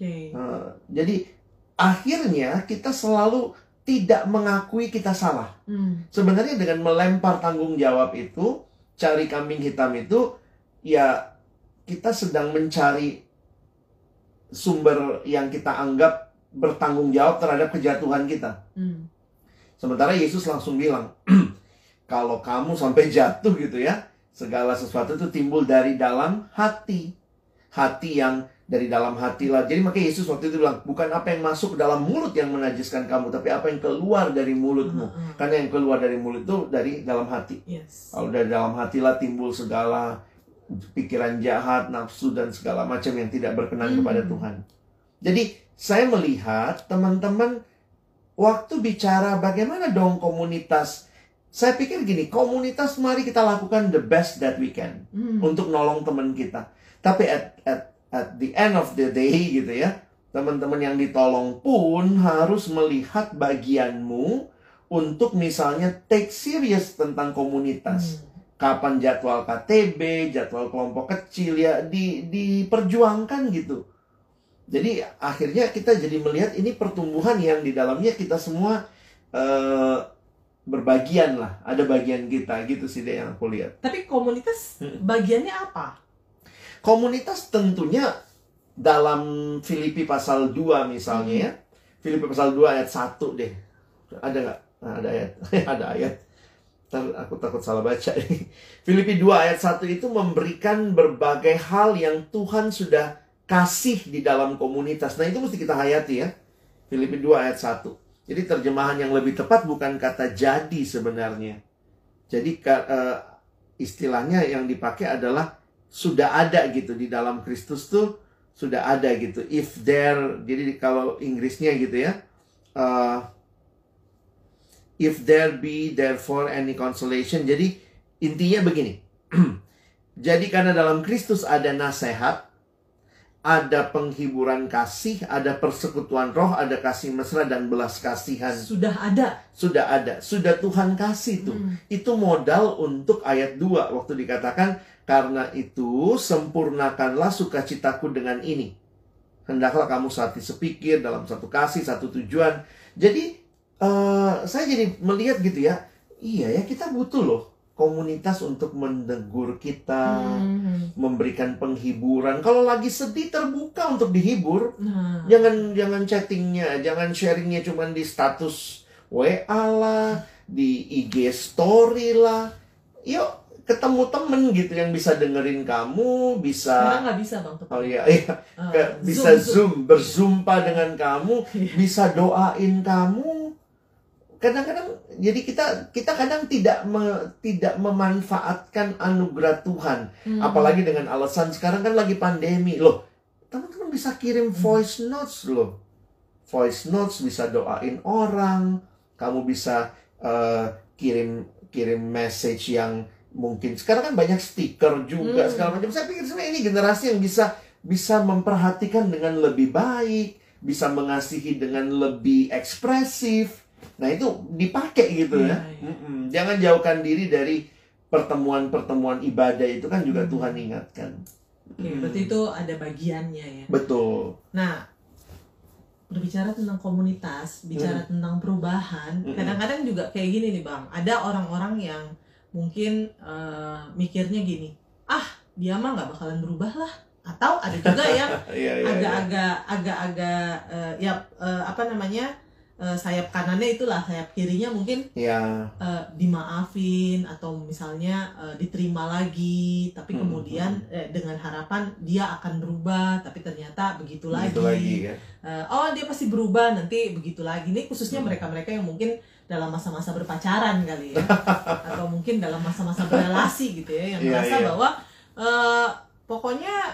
Jadi akhirnya kita selalu tidak mengakui kita salah. Sebenarnya dengan melempar tanggung jawab itu, cari kambing hitam itu, ya kita sedang mencari sumber yang kita anggap bertanggung jawab terhadap kejatuhan kita. Sementara Yesus langsung bilang, kalau kamu sampai jatuh gitu ya, segala sesuatu itu timbul dari dalam hati. Hati yang dari dalam hati lah. Jadi makanya Yesus waktu itu bilang, bukan apa yang masuk ke dalam mulut yang menajiskan kamu, tapi apa yang keluar dari mulutmu. Karena yang keluar dari mulut itu dari dalam hati. Kalau dari dalam hati lah timbul segala pikiran jahat, nafsu, dan segala macam yang tidak berkenan kepada Tuhan. Jadi saya melihat teman-teman waktu bicara bagaimana dong komunitas. Saya pikir gini, komunitas mari kita lakukan the best that we can untuk nolong teman kita. Tapi at the end of the day gitu ya, teman-teman yang ditolong pun harus melihat bagianmu untuk misalnya take serious tentang komunitas. Kapan jadwal KTB, jadwal kelompok kecil ya diperjuangkan gitu. Jadi akhirnya kita jadi melihat ini pertumbuhan yang di dalamnya kita semua berbagian lah. Ada bagian kita gitu sih deh yang aku lihat. Tapi komunitas bagiannya apa? Komunitas tentunya dalam Filipi pasal 2 misalnya ya. Filipi pasal 2 ayat 1 deh. Ada nggak? Nah, ada ayat. Ada ayat. Aku takut salah baca. Filipi 2 ayat 1 itu memberikan berbagai hal yang Tuhan sudah kasih di dalam komunitas. Nah itu mesti kita hayati ya. Filipi 2 ayat 1. Jadi terjemahan yang lebih tepat bukan kata jadi sebenarnya. Jadi istilahnya yang dipakai adalah sudah ada gitu di dalam Kristus tuh sudah ada gitu. If there, jadi kalau Inggrisnya gitu ya, if there be therefore any consolation. Jadi intinya begini. Jadi karena dalam Kristus ada nasihat, ada penghiburan kasih, ada persekutuan roh, ada kasih mesra dan belas kasihan. Sudah ada. Sudah Tuhan kasih tuh. Itu modal untuk ayat 2 waktu dikatakan, karena itu sempurnakanlah sukacitaku dengan ini. Hendaklah kamu satu sepikir dalam satu kasih, satu tujuan. Jadi saya jadi melihat gitu ya, iya ya kita butuh loh komunitas untuk menegur kita, memberikan penghiburan. Kalau lagi sedih terbuka untuk dihibur. Jangan chattingnya, jangan sharingnya cuma di status WA lah, di IG story lah. Yuk ketemu temen gitu yang bisa dengerin kamu, bisa. Sekarang nggak bisa bang. Oh iya, bisa zoom, berzumpa dengan kamu, bisa doain kamu. Kadang-kadang jadi kita kadang tidak memanfaatkan anugerah Tuhan. Apalagi dengan alasan sekarang kan lagi pandemi. Loh, teman-teman bisa kirim voice notes loh. Voice notes bisa doain orang. Kamu bisa kirim message yang mungkin sekarang kan banyak stiker juga segala macam. Saya pikir sebenarnya ini generasi yang bisa memperhatikan dengan lebih baik, bisa mengasihi dengan lebih ekspresif. Nah itu dipakai gitu ya. Jangan jauhkan diri dari pertemuan-pertemuan ibadah itu kan juga Tuhan ingatkan. Berarti itu ada bagiannya ya. Betul. Nah, berbicara tentang komunitas, bicara tentang perubahan, kadang-kadang juga kayak gini nih bang. Ada orang-orang yang mungkin mikirnya gini, dia mah nggak bakalan berubah lah. Atau ada juga yang agak-agak sayap kanannya itulah, sayap kirinya mungkin dimaafin atau misalnya diterima lagi, tapi kemudian dengan harapan dia akan berubah, tapi ternyata begitu lagi ya? Oh dia pasti berubah, nanti begitu lagi. Ini khususnya mereka-mereka yang mungkin dalam masa-masa berpacaran kali ya, atau mungkin dalam masa-masa berrelasi gitu ya, yang merasa bahwa pokoknya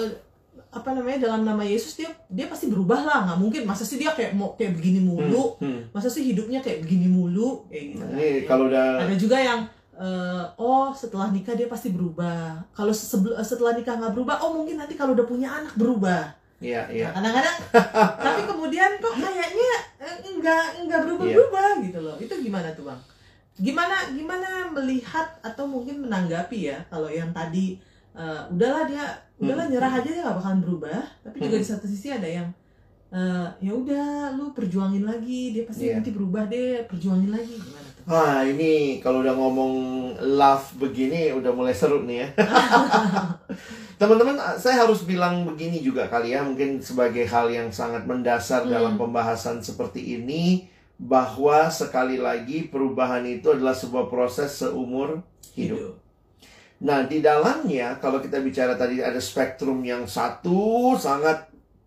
dalam nama Yesus dia pasti berubah lah, nggak mungkin, masa sih dia kayak begini mulu, masa sih hidupnya kayak begini mulu kayak gitu. Kalau ada juga yang setelah nikah dia pasti berubah, kalau setelah nikah nggak berubah, mungkin nanti kalau udah punya anak berubah. Iya. Nah, kadang-kadang tapi kemudian kok kayaknya nggak berubah gitu loh. Itu gimana tuh Bang? Gimana melihat atau mungkin menanggapi ya kalau yang tadi udahlah nyerah aja, dia nggak bakalan berubah, tapi juga di satu sisi ada yang ya udah lu perjuangin lagi, dia pasti nanti berubah deh, perjuangin lagi. Gimana tuh? Ini kalau udah ngomong love begini udah mulai seru nih ya. Teman-teman, saya harus bilang begini juga kali ya, mungkin sebagai hal yang sangat mendasar dalam pembahasan seperti ini, bahwa sekali lagi perubahan itu adalah sebuah proses seumur hidup. Nah, di dalamnya kalau kita bicara tadi ada spektrum yang satu sangat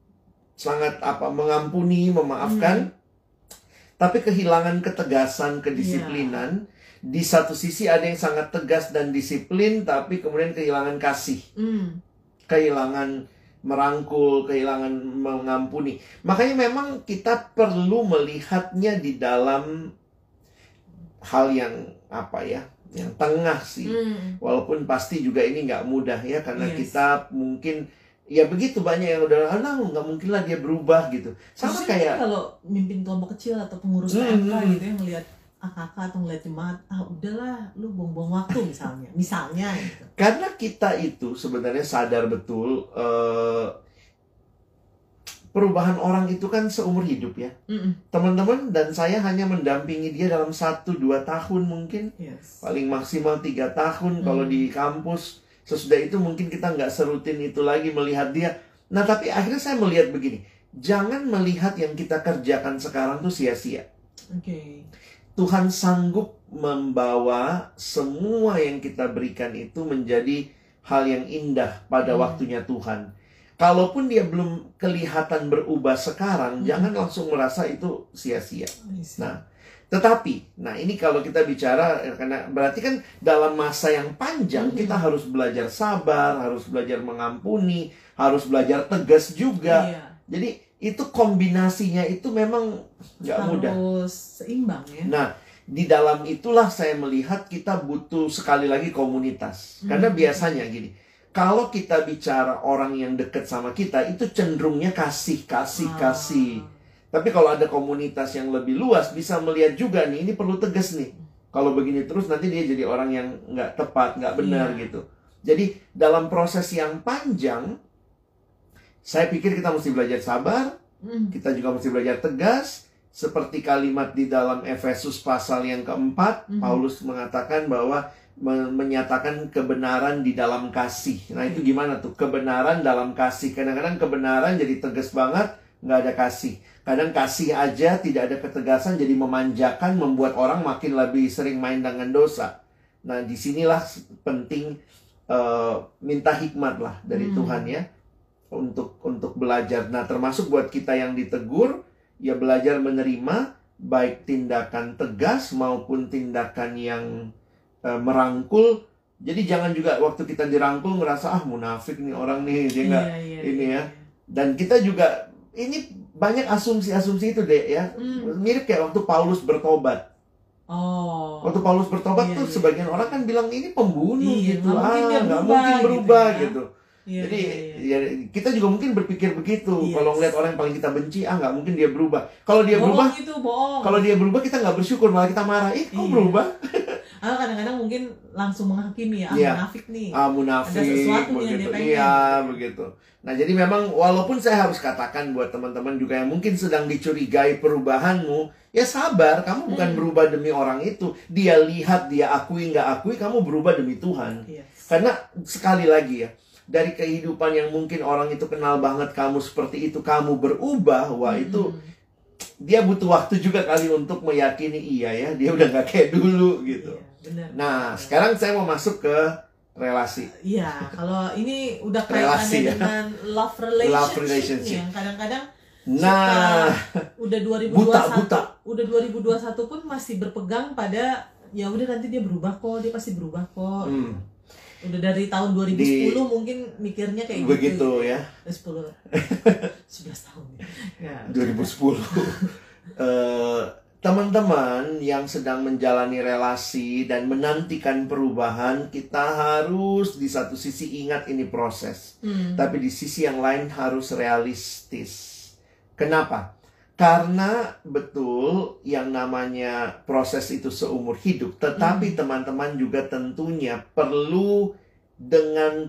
mengampuni, memaafkan, tapi kehilangan ketegasan, kedisiplinan. Di satu sisi ada yang sangat tegas dan disiplin, tapi kemudian kehilangan kasih, kehilangan merangkul, kehilangan mengampuni. Makanya memang kita perlu melihatnya di dalam hal yang yang tengah sih. Walaupun pasti juga ini nggak mudah ya, karena kita mungkin ya begitu banyak yang udah nggak mungkin lah dia berubah gitu. Sama kayak kalau mimpin kelompok kecil atau pengurus PMK gitu yang melihat kakak atau ngeliat jemaat, udahlah lu buang-buang waktu misalnya gitu. Karena kita itu sebenarnya sadar betul perubahan orang itu kan seumur hidup ya. Teman-teman dan saya hanya mendampingi dia dalam 1-2 tahun mungkin. Paling maksimal 3 tahun kalau di kampus. Sesudah itu mungkin kita nggak serutin itu lagi melihat dia. Nah tapi akhirnya saya melihat begini, jangan melihat yang kita kerjakan sekarang tuh sia-sia. Tuhan sanggup membawa semua yang kita berikan itu menjadi hal yang indah pada waktunya Tuhan. Kalaupun dia belum kelihatan berubah sekarang, jangan langsung merasa itu sia-sia. Nah, tetapi, ini kalau kita bicara, karena berarti kan dalam masa yang panjang, kita harus belajar sabar, harus belajar mengampuni, harus belajar tegas juga. Jadi, itu kombinasinya itu memang nggak mudah. Harus seimbang ya. Nah, di dalam itulah saya melihat kita butuh sekali lagi komunitas. Karena biasanya gini, kalau kita bicara orang yang dekat sama kita, itu cenderungnya kasih. Tapi kalau ada komunitas yang lebih luas, bisa melihat juga nih, ini perlu tegas nih. Kalau begini terus, nanti dia jadi orang yang nggak tepat, nggak benar gitu. Jadi, dalam proses yang panjang, saya pikir kita mesti belajar sabar, kita juga mesti belajar tegas. Seperti kalimat di dalam Efesus pasal yang keempat, Paulus mengatakan bahwa menyatakan kebenaran di dalam kasih. Nah itu gimana tuh? Kebenaran dalam kasih. Kadang-kadang kebenaran jadi tegas banget, nggak ada kasih. Kadang kasih aja tidak ada ketegasan, jadi memanjakan, membuat orang makin lebih sering main dengan dosa. Nah disinilah penting minta hikmat lah dari Tuhan ya, untuk belajar. Nah termasuk buat kita yang ditegur, ya belajar menerima baik tindakan tegas maupun tindakan yang merangkul. Jadi jangan juga waktu kita dirangkul ngerasa munafik nih orang nih, dia nggak ya. Dan kita juga ini banyak asumsi-asumsi itu deh ya. Mirip kayak waktu Paulus bertobat. Waktu Paulus bertobat tuh sebagian orang kan bilang ini pembunuh gitu, nggak mungkin berubah gitu. Jadi ya, kita juga mungkin berpikir begitu. Kalau ngeliat orang yang paling kita benci, nggak mungkin dia berubah. Kalau dia berubah, kalau dia berubah kita nggak bersyukur, malah kita marah. Kok berubah? Kadang-kadang mungkin langsung menghakimi munafik nih. Munafik. Ada sesuatu yang dia pengen. Begitu. Nah, jadi memang walaupun saya harus katakan buat teman-teman juga yang mungkin sedang dicurigai perubahanmu, ya sabar, kamu bukan berubah demi orang itu. Dia lihat, dia akui, nggak akui, kamu berubah demi Tuhan. Karena sekali lagi ya, dari kehidupan yang mungkin orang itu kenal banget kamu seperti itu, kamu berubah, wah itu dia butuh waktu juga kali untuk meyakini iya ya, dia udah nggak kayak dulu gitu. Benar. Nah, sekarang saya mau masuk ke relasi. Iya, kalau ini udah kaitannya dengan love relationship. Yang kadang-kadang udah 2021, udah 2021 pun masih berpegang pada ya udah nanti dia berubah kok, dia pasti berubah kok. Udah dari tahun 2010 mungkin mikirnya kayak begitu ya. 11 tahun ya. 2010. Teman-teman yang sedang menjalani relasi dan menantikan perubahan, kita harus di satu sisi ingat ini proses. Tapi di sisi yang lain harus realistis. Kenapa? Karena betul yang namanya proses itu seumur hidup. Tetapi teman-teman juga tentunya perlu dengan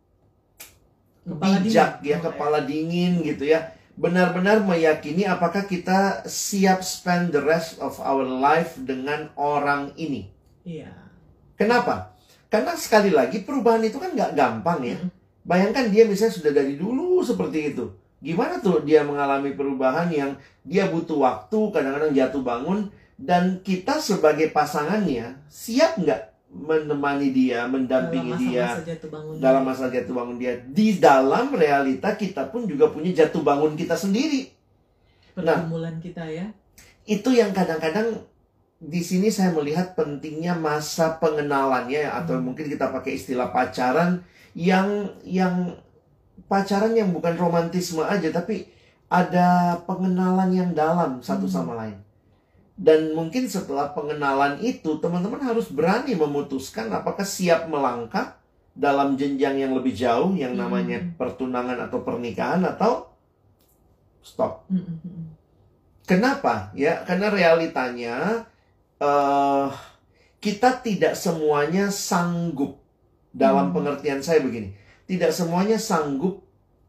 bijak ya, kepala dingin gitu ya, benar-benar meyakini apakah kita siap spend the rest of our life dengan orang ini. Iya. Kenapa? Karena sekali lagi perubahan itu kan nggak gampang ya. Bayangkan dia misalnya sudah dari dulu seperti itu. Gimana tuh dia mengalami perubahan yang dia butuh waktu, kadang-kadang jatuh bangun, dan kita sebagai pasangannya siap nggak menemani dia, mendampingi dia dalam masa jatuh bangun dia. Di dalam realita kita pun juga punya jatuh bangun kita sendiri. Pergumulan kita ya. Itu yang kadang-kadang di sini saya melihat pentingnya masa pengenalannya, atau mungkin kita pakai istilah pacaran yang pacaran yang bukan romantisme aja, tapi ada pengenalan yang dalam satu sama lain. Dan mungkin setelah pengenalan itu, teman-teman harus berani memutuskan apakah siap melangkah dalam jenjang yang lebih jauh, yang namanya pertunangan atau pernikahan, atau stop. Kenapa? Ya, karena realitanya kita tidak semuanya sanggup. Dalam pengertian saya begini, tidak semuanya sanggup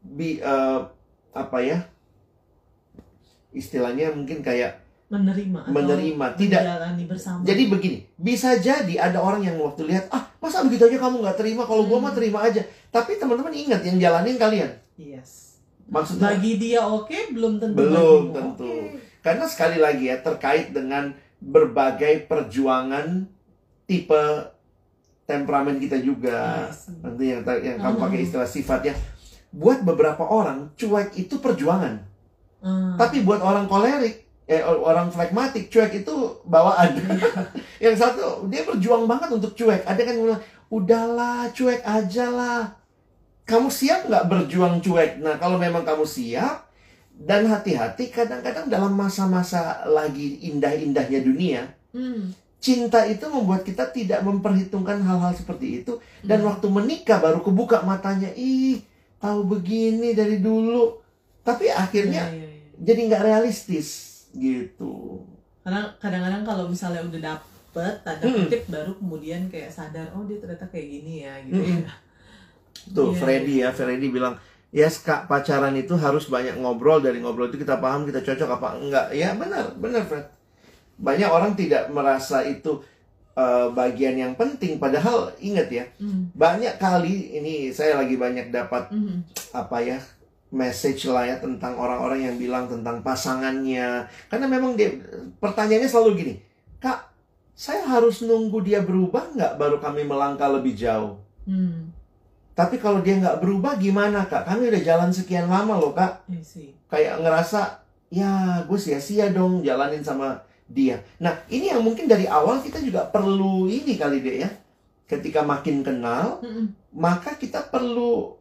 istilahnya mungkin kayak menerima tidak bersama. Jadi begini, bisa jadi ada orang yang waktu lihat, masa begitu aja kamu nggak terima, kalau gua mah terima aja. Tapi teman-teman ingat, yang jalanin kalian. Yes. Maksudnya bagi dia oke, belum tentu. Belum tentu. Karena sekali lagi ya, terkait dengan berbagai perjuangan tipe temperamen kita juga. Nanti yang kamu pakai istilah sifatnya. Buat beberapa orang, cuek itu perjuangan. Tapi buat orang kolerik, orang flekmatik, cuek itu bawaan. Yang satu, dia berjuang banget untuk cuek. Ada kan yang bilang, udahlah, cuek aja lah. Kamu siap nggak berjuang cuek? Nah, kalau memang kamu siap, dan hati-hati, kadang-kadang dalam masa-masa lagi indah-indahnya dunia, cinta itu membuat kita tidak memperhitungkan hal-hal seperti itu. Dan waktu menikah baru kebuka matanya, tahu begini dari dulu. Tapi akhirnya jadi nggak realistis gitu. Karena kadang-kadang kalau misalnya udah dapet tanda kutip, baru kemudian kayak sadar, oh dia ternyata kayak gini ya gitu ya. Tuh Freddy bilang, yes kak, pacaran itu harus banyak ngobrol. Dari ngobrol itu kita paham kita cocok apa enggak. Ya benar Fred. Banyak orang tidak merasa itu bagian yang penting. Padahal ingat ya, banyak kali ini saya lagi banyak dapat message lah ya tentang orang-orang yang bilang tentang pasangannya. Karena memang pertanyaannya selalu gini, kak, saya harus nunggu dia berubah nggak baru kami melangkah lebih jauh? Tapi kalau dia nggak berubah gimana kak? Kami udah jalan sekian lama loh kak. Kayak ngerasa, ya gue sia-sia dong jalanin sama dia. Nah ini yang mungkin dari awal kita juga perlu ini kali deh ya. Ketika makin kenal, maka kita perlu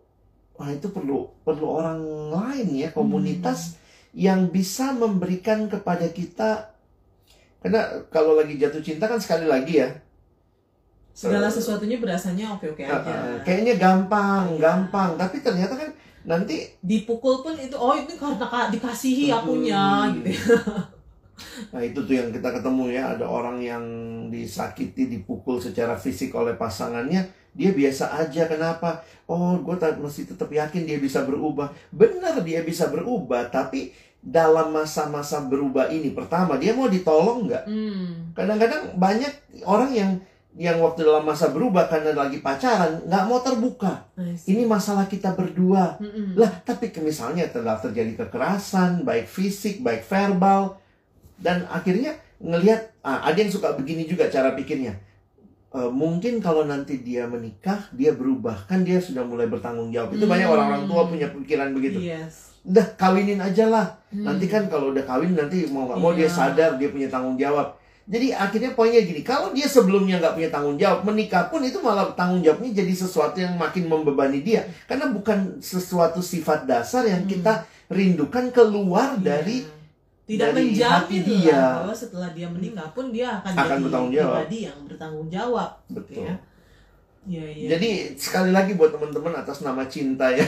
orang lain ya, komunitas yang bisa memberikan kepada kita. Karena kalau lagi jatuh cinta kan sekali lagi ya, segala sesuatunya berasanya oke-oke aja. Kayaknya gampang. Tapi ternyata kan nanti dipukul pun itu, itu karena dikasihi akunya gitu. Nah itu tuh yang kita ketemu ya, ada orang yang disakiti, dipukul secara fisik oleh pasangannya, dia biasa aja. Kenapa? Gue mesti tetap yakin dia bisa berubah. Benar, dia bisa berubah, tapi dalam masa-masa berubah ini, pertama dia mau ditolong nggak? Kadang-kadang banyak orang yang yang waktu dalam masa berubah karena lagi pacaran nggak mau terbuka. Ini masalah kita berdua. Lah, tapi misalnya telah terjadi kekerasan, baik fisik, baik verbal, dan akhirnya ngelihat ada yang suka begini juga cara pikirnya. Mungkin kalau nanti dia menikah, dia berubah, kan dia sudah mulai bertanggung jawab. Itu banyak orang-orang tua punya pikiran begitu. Udah kawinin aja lah. Nanti kan kalau udah kawin nanti mau nggak mau dia sadar dia punya tanggung jawab. Jadi akhirnya poinnya gini, kalau dia sebelumnya nggak punya tanggung jawab, menikah pun itu malah tanggung jawabnya jadi sesuatu yang makin membebani dia. Karena bukan sesuatu sifat dasar yang kita rindukan keluar dari tidak menjamin dia bahwa setelah dia menikah pun dia akan jadi pribadi yang bertanggung jawab. Betul. Ya, Jadi sekali lagi buat teman-teman atas nama cinta ya,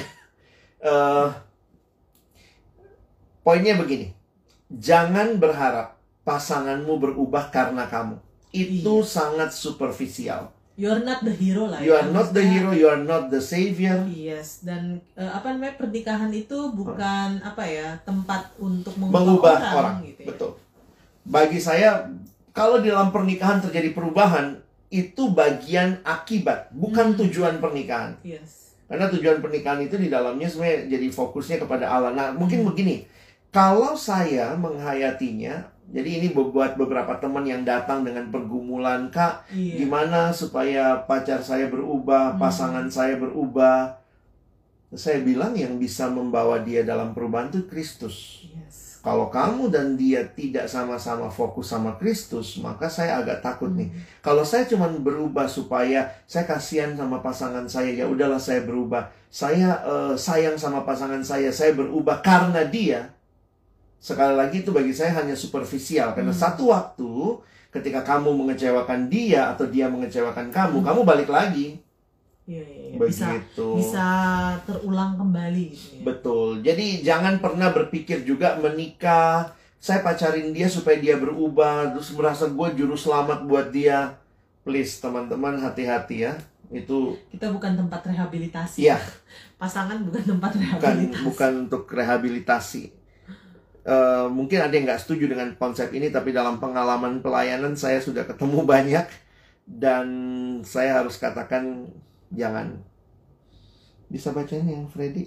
poinnya begini, jangan berharap pasanganmu berubah karena kamu. Itu sangat superficial. You are not the hero lah. You are not the hero, you are not the savior. Yes, dan pernikahan itu bukan tempat untuk mengubah orang gitu ya. Betul. Bagi saya, kalau di dalam pernikahan terjadi perubahan, itu bagian akibat, bukan tujuan pernikahan. Yes. Karena tujuan pernikahan itu di dalamnya sebenarnya jadi fokusnya kepada Allah. Nah, mungkin begini, kalau saya menghayatinya, jadi ini buat beberapa teman yang datang dengan pergumulan, Kak, gimana supaya pacar saya berubah, pasangan saya berubah. Saya bilang yang bisa membawa dia dalam perubahan itu Kristus. Kalau kamu dan dia tidak sama-sama fokus sama Kristus, maka saya agak takut nih. Kalau saya cuma berubah supaya saya kasihan sama pasangan saya, ya udahlah saya berubah. Saya sayang sama pasangan saya berubah karena dia. Sekali lagi itu bagi saya hanya superficial. Karena satu waktu ketika kamu mengecewakan dia atau dia mengecewakan kamu, kamu balik lagi. Begitu. Bisa terulang kembali gitu ya. Betul. Jadi jangan pernah berpikir juga menikah, saya pacarin dia supaya dia berubah, terus merasa gue juru selamat buat dia. Please teman-teman, hati-hati ya. Itu kita bukan tempat rehabilitasi. Iya. Pasangan bukan tempat rehabilitasi. Bukan untuk rehabilitasi. Mungkin ada yang nggak setuju dengan konsep ini, tapi dalam pengalaman pelayanan saya sudah ketemu banyak, dan saya harus katakan jangan. Bisa bacain yang Freddy?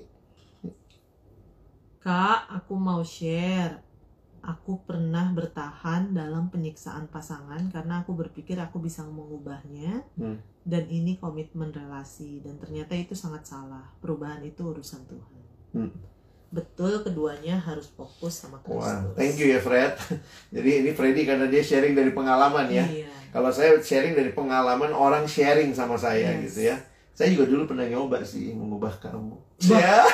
Kak, aku mau share. Aku pernah bertahan dalam penyiksaan pasangan karena aku berpikir aku bisa mengubahnya, dan ini komitmen relasi, dan ternyata itu sangat salah. Perubahan itu urusan Tuhan. Betul, keduanya harus fokus sama Kristus. Wah, thank you ya Fred. Jadi ini Freddy karena dia sharing dari pengalaman ya. Kalau saya sharing dari pengalaman orang sharing sama saya gitu ya. Saya juga dulu pernah nyoba sih mengubah kamu. Ya.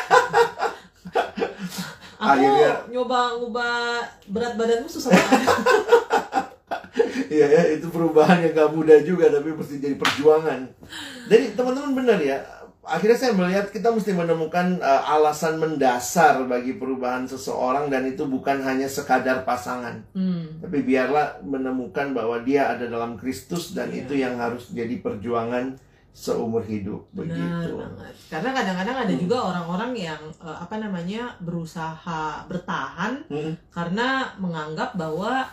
Akhirnya nyoba ngubah berat badanmu susah banget. Iya ya, itu perubahan yang gak mudah juga, tapi mesti jadi perjuangan. Jadi teman-teman benar ya. Akhirnya saya melihat kita mesti menemukan alasan mendasar bagi perubahan seseorang, dan itu bukan hanya sekadar pasangan. Tapi biarlah menemukan bahwa dia ada dalam Kristus, dan itu yang harus jadi perjuangan seumur hidup. Begitu. Banget. Karena kadang-kadang ada juga orang-orang yang berusaha bertahan karena menganggap bahwa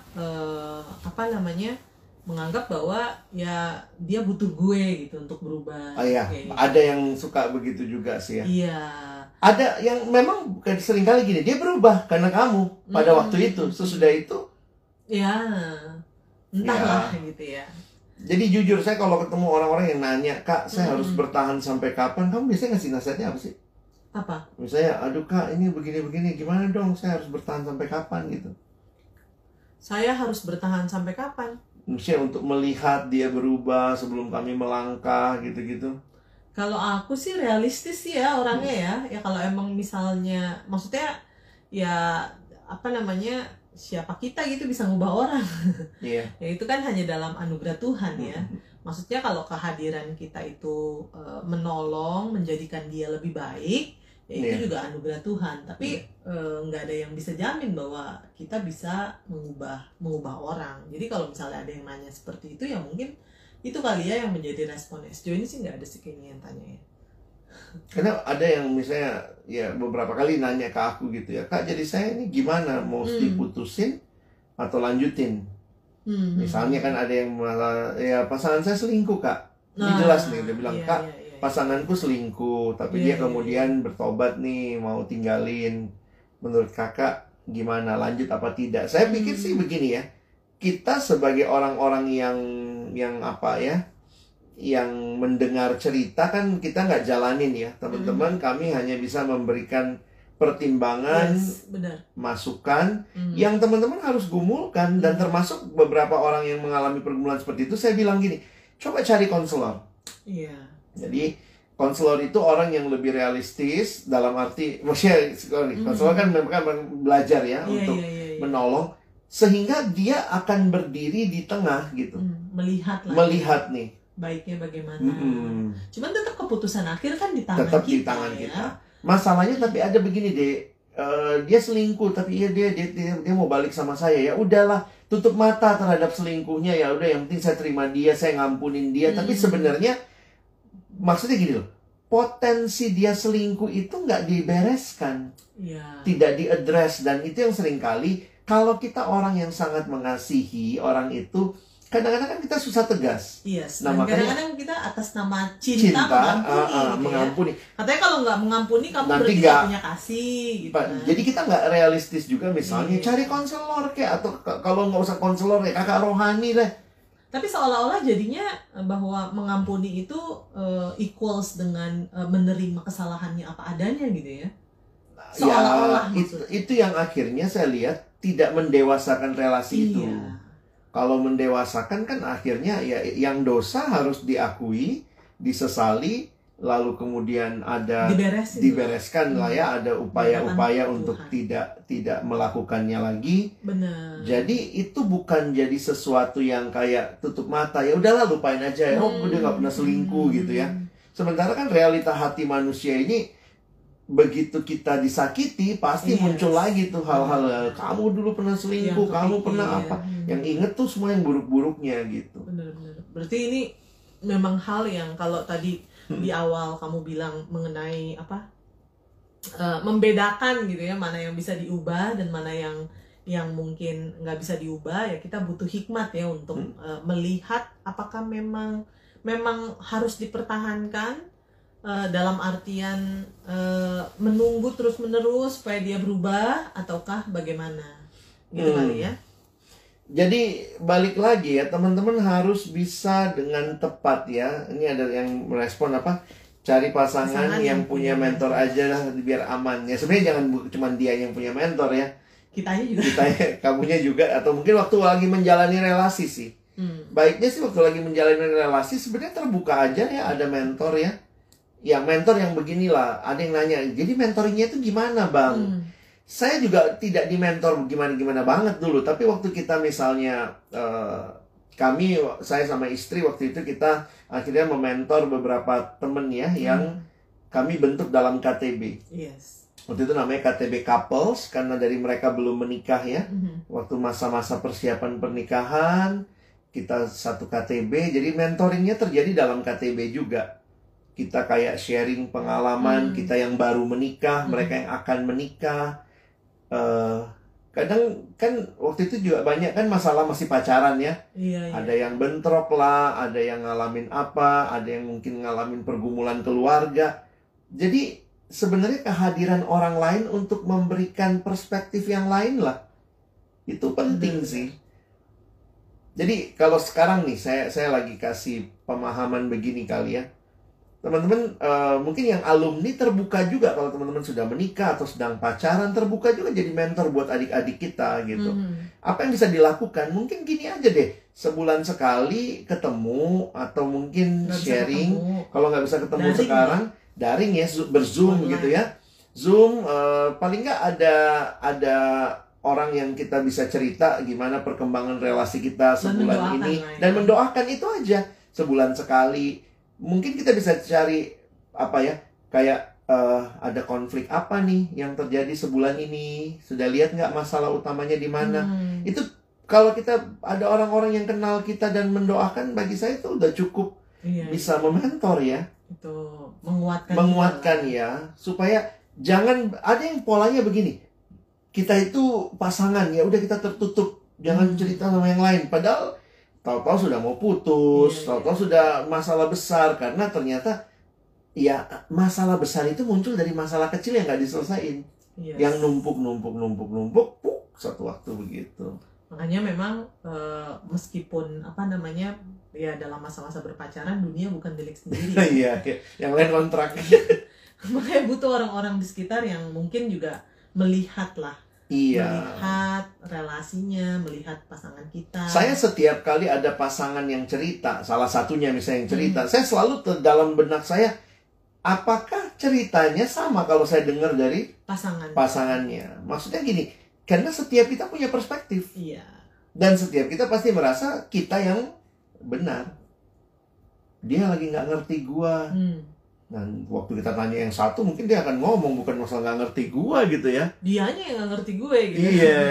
menganggap bahwa ya dia butuh gue gitu untuk berubah. Oh iya, gitu. Ada yang suka begitu juga sih ya. Iya. Ada yang memang seringkali gini, dia berubah karena kamu pada waktu itu, sesudah itu. Ya, entahlah gitu ya. Jadi jujur, saya kalau ketemu orang-orang yang nanya, Kak, saya harus bertahan sampai kapan? Kamu biasanya ngasih nasihatnya apa sih? Apa? Misalnya, aduh Kak, ini begini-begini, gimana dong? Saya harus bertahan sampai kapan gitu? Saya harus bertahan sampai kapan? Misalnya untuk melihat dia berubah sebelum kami melangkah gitu-gitu. Kalau aku sih realistis sih ya orangnya ya. Ya kalau emang misalnya, maksudnya ya siapa kita gitu bisa ngubah orang. Iya. Ya itu kan hanya dalam anugerah Tuhan ya. Maksudnya kalau kehadiran kita itu menolong, menjadikan dia lebih baik, ya itu juga anugerah Tuhan. Tapi nggak ada yang bisa jamin bahwa kita bisa mengubah orang. Jadi kalau misalnya ada yang nanya seperti itu, ya mungkin itu kali ya yang menjadi responnya. Sejauh ini sih nggak ada sih kayaknya yang tanya ya. Karena ada yang misalnya ya beberapa kali nanya ke aku gitu ya, Kak, jadi saya ini gimana, mau diputusin atau lanjutin? Misalnya kan ada yang malah, ya pasangan saya selingkuh kak. Ini jelas nih, dia bilang kak, pasanganku selingkuh, tapi dia kemudian bertobat nih, mau tinggalin. Menurut kakak gimana, lanjut apa tidak? Saya pikir sih begini ya, kita sebagai orang-orang yang apa ya, yang mendengar cerita kan kita nggak jalanin ya, teman-teman. Kami hanya bisa memberikan pertimbangan, masukan yang teman-teman harus gumulkan. Dan termasuk beberapa orang yang mengalami pergumulan seperti itu, saya bilang gini, coba cari konselor. Jadi konselor itu orang yang lebih realistis, dalam arti maksudnya konselor kan mereka belajar ya untuk menolong, sehingga dia akan berdiri di tengah gitu, melihat nih baiknya bagaimana. Cuman tetap keputusan akhir kan di tangan tetap kita, di tangan kita. Masalahnya tapi ada begini deh, dia selingkuh tapi dia mau balik sama saya, ya udahlah, tutup mata terhadap selingkuhnya, ya udah, yang penting saya terima dia, saya ngampunin dia. Tapi sebenarnya maksudnya gini loh, potensi dia selingkuh itu nggak dibereskan, tidak diadres. Dan itu yang seringkali kalau kita orang yang sangat mengasihi orang itu, kadang-kadang kan kita susah tegas. Nah, kadang-kadang kita atas nama cinta mengampuni. Katanya kalau nggak mengampuni, kamu berarti nggak punya kasih. Gitu kan. Jadi kita nggak realistis juga, misalnya cari konselor kayak, atau kalau nggak usah konselor ya kakak rohani deh. Tapi seolah-olah jadinya bahwa mengampuni itu equals dengan menerima kesalahannya apa adanya gitu ya. Seolah-olah itu yang akhirnya saya lihat tidak mendewasakan relasi itu. Kalau mendewasakan kan akhirnya ya yang dosa harus diakui, disesali, lalu kemudian ada dibereskan lah ya, ada upaya-upaya untuk tidak melakukannya lagi. Benar. Jadi itu bukan jadi sesuatu yang kayak tutup mata, ya udahlah lupain aja ya, dia nggak pernah selingkuh gitu ya. Sementara kan realita hati manusia ini, begitu kita disakiti pasti muncul lagi tuh hal-hal, kamu dulu pernah selingkuh, kamu pernah apa, yang inget tuh semua yang buruk-buruknya gitu. Benar-benar. Berarti ini memang hal yang kalau tadi di awal kamu bilang mengenai apa, membedakan gitu ya, mana yang bisa diubah dan mana yang mungkin nggak bisa diubah, ya kita butuh hikmat ya untuk melihat apakah memang harus dipertahankan, dalam artian menunggu terus-menerus supaya dia berubah, ataukah bagaimana gitu kali ya. Jadi balik lagi ya, teman-teman harus bisa dengan tepat ya. Ini ada yang merespon apa, cari pasangan yang punya mentor aja lah biar aman ya. Sebenarnya jangan cuma dia yang punya mentor ya, kitanya juga, kamunya juga, atau mungkin waktu lagi menjalani relasi sih. Baiknya sih waktu lagi menjalani relasi sebenarnya terbuka aja ya, ada mentor ya. Yang mentor yang beginilah, ada yang nanya, jadi mentoringnya itu gimana bang? Saya juga tidak di mentor gimana-gimana banget dulu, tapi waktu kita misalnya saya sama istri waktu itu kita akhirnya mementor beberapa temen ya, yang kami bentuk dalam KTB. Waktu itu namanya KTB Couples, karena dari mereka belum menikah ya. Waktu masa-masa persiapan pernikahan, kita satu KTB, jadi mentoringnya terjadi dalam KTB juga. Kita kayak sharing pengalaman, kita yang baru menikah, mereka yang akan menikah. Kadang kan waktu itu juga banyak kan masalah masih pacaran ya. Ada yang bentrok lah, ada yang ngalamin apa, ada yang mungkin ngalamin pergumulan keluarga. Jadi sebenarnya kehadiran orang lain untuk memberikan perspektif yang lain lah, itu penting sih. Jadi kalau sekarang nih saya lagi kasih pemahaman begini kali ya. Teman-teman, mungkin yang alumni terbuka juga kalau teman-teman sudah menikah atau sedang pacaran, terbuka juga jadi mentor buat adik-adik kita gitu. Apa yang bisa dilakukan? Mungkin gini aja deh, sebulan sekali ketemu, atau mungkin sharing. Kalau nggak bisa ketemu daring sekarang, daring ya, berzoom gitu ya. Zoom, paling nggak ada orang yang kita bisa cerita gimana perkembangan relasi kita sebulan ini, dan mendoakan itu aja sebulan sekali. Mungkin kita bisa cari apa ya, kayak ada konflik apa nih yang terjadi sebulan ini, sudah lihat nggak masalah utamanya di mana. Itu kalau kita ada orang-orang yang kenal kita dan mendoakan, bagi saya itu udah cukup bisa mementor ya. Itu menguatkan ya, supaya jangan ada yang polanya begini, kita itu pasangan ya udah kita tertutup Jangan cerita sama yang lain. Padahal tahu-tahu sudah mau putus, tahu-tahu sudah masalah besar. Karena ternyata ya masalah besar itu muncul dari masalah kecil yang nggak diselesain. Yang numpuk, satu waktu begitu. Makanya memang meskipun ya dalam masa-masa berpacaran, dunia bukan milik sendiri. Iya, yang lain kontrak. Makanya butuh orang-orang di sekitar yang mungkin juga melihat relasinya, melihat pasangan kita. Saya setiap kali ada pasangan yang cerita, salah satunya misalnya yang cerita, saya selalu dalam benak saya, apakah ceritanya sama kalau saya dengar dari pasangannya? Maksudnya gini, karena setiap kita punya perspektif. Iya. Dan setiap kita pasti merasa kita yang benar. Dia lagi nggak ngerti gua. Dan waktu kita tanya yang satu, mungkin dia akan ngomong, bukan masalah nggak ngerti gua gitu ya. Dianya yang nggak ngerti gue gitu. Iya.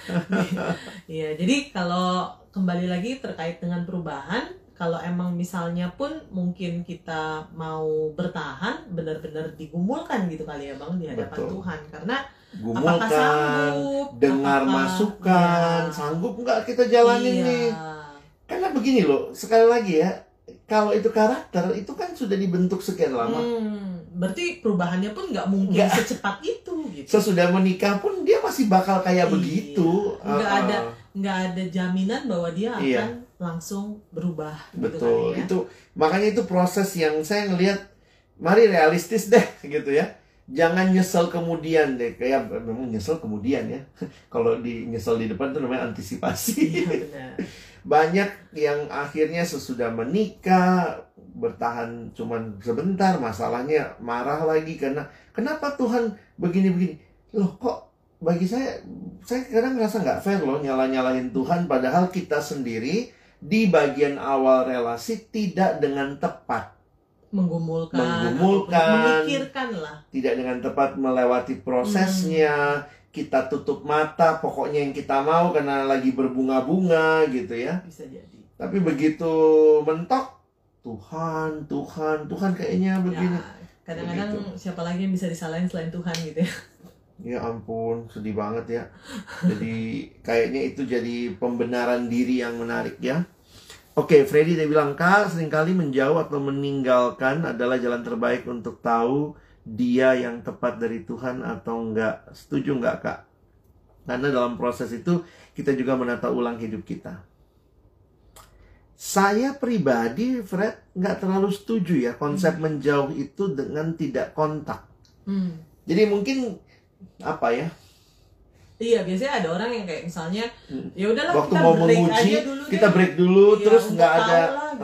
Iya, jadi kalau kembali lagi terkait dengan perubahan, kalau emang misalnya pun mungkin kita mau bertahan, benar-benar digumulkan gitu kali ya Bang, di hadapan Tuhan. Karena apakah sanggup, dengar masukan, sanggup nggak kita jalanin nih. Karena begini loh, sekali lagi ya, kalau itu karakter, itu kan sudah dibentuk sekian lama. Berarti perubahannya pun nggak mungkin secepat itu gitu. Sesudah menikah pun dia masih bakal kayak begitu. Nggak ada jaminan bahwa dia akan langsung berubah. Betul. Gitu kan, ya? Itu makanya itu proses yang saya ngelihat, mari realistis deh gitu ya. Jangan nyesel kemudian deh. Kayak memang nyesel kemudian ya. Kalau nyesel di depan itu namanya antisipasi. Iya, benar. Banyak yang akhirnya sesudah menikah bertahan cuman sebentar, masalahnya marah lagi karena kenapa Tuhan begini-begini. Loh kok bagi saya kadang ngerasa nggak fair loh nyalahin Tuhan, padahal kita sendiri di bagian awal relasi tidak dengan tepat menggumulkan, memikirkan lah, tidak dengan tepat melewati prosesnya. Kita tutup mata, pokoknya yang kita mau karena lagi berbunga-bunga gitu ya. Bisa jadi. Tapi begitu mentok, Tuhan kayaknya begini. Ya, kadang-kadang siapa lagi yang bisa disalahin selain Tuhan gitu ya. Ya ampun, sedih banget ya. Jadi kayaknya itu jadi pembenaran diri yang menarik ya. Oke, Freddy dia bilang, Kak, seringkali menjauh atau meninggalkan adalah jalan terbaik untuk tahu dia yang tepat dari Tuhan atau enggak. Setuju enggak, Kak? Karena dalam proses itu kita juga menata ulang hidup kita. Saya pribadi, Fred, enggak terlalu setuju ya konsep menjauh itu dengan tidak kontak. Jadi mungkin apa ya? Iya, biasanya ada orang yang kayak misalnya ya udahlah waktu kita mau break menguji, aja dulu kita break dulu, terus nggak ada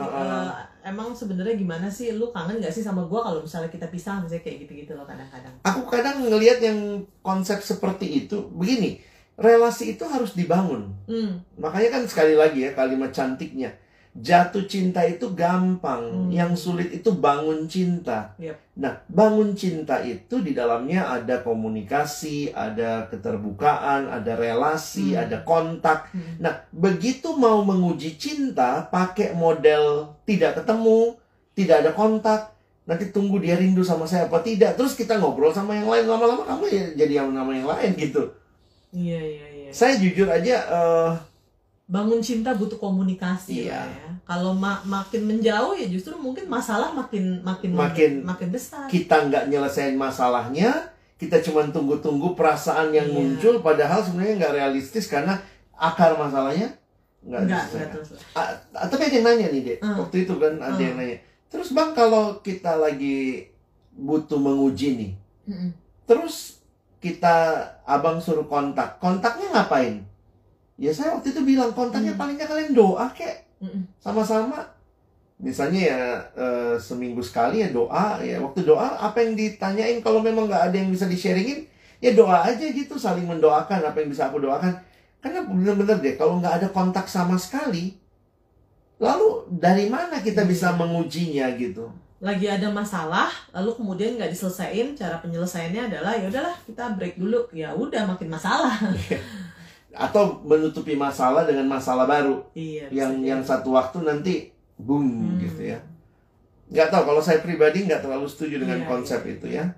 emang sebenarnya gimana sih, lu kangen gak sih sama gua kalau misalnya kita pisah, misalnya kayak gitu-gitu loh kadang-kadang. Aku kadang ngelihat yang konsep seperti itu begini, relasi itu harus dibangun. Makanya kan sekali lagi ya kalimat cantiknya, jatuh cinta itu gampang, yang sulit itu bangun cinta. Nah, bangun cinta itu di dalamnya ada komunikasi, ada keterbukaan, ada relasi, ada kontak. Nah, begitu mau menguji cinta pakai model tidak ketemu, tidak ada kontak, nanti tunggu dia rindu sama saya apa tidak, terus kita ngobrol sama yang lain, lama-lama kamu ya jadi yang nama yang lain gitu. Iya. Saya jujur aja bangun cinta butuh komunikasi ya. Kalau makin menjauh ya justru mungkin masalah makin besar. Kita nggak nyelesain masalahnya, kita cuma tunggu-tunggu perasaan yang muncul, padahal sebenarnya nggak realistis karena akar masalahnya nggak tapi ada yang nanya nih, Dek. Waktu itu kan ada yang nanya. Terus Bang, kalau kita lagi butuh menguji nih, terus abang suruh kontaknya ngapain? Ya saya waktu itu bilang kontaknya paling nggak kalian doa kek sama-sama. Misalnya ya seminggu sekali ya doa. Ya waktu doa apa yang ditanyain, kalau memang nggak ada yang bisa di-sharingin, ya doa aja gitu, saling mendoakan apa yang bisa aku doakan. Karena bener-bener deh kalau nggak ada kontak sama sekali, lalu dari mana kita bisa mengujinya gitu? Lagi ada masalah, lalu kemudian nggak diselesaikan, cara penyelesaiannya adalah ya udahlah kita break dulu. Ya udah makin masalah. Atau menutupi masalah dengan masalah baru. Yang satu waktu nanti boom gitu ya. Nggak tahu, kalau saya pribadi nggak terlalu setuju dengan konsep itu ya.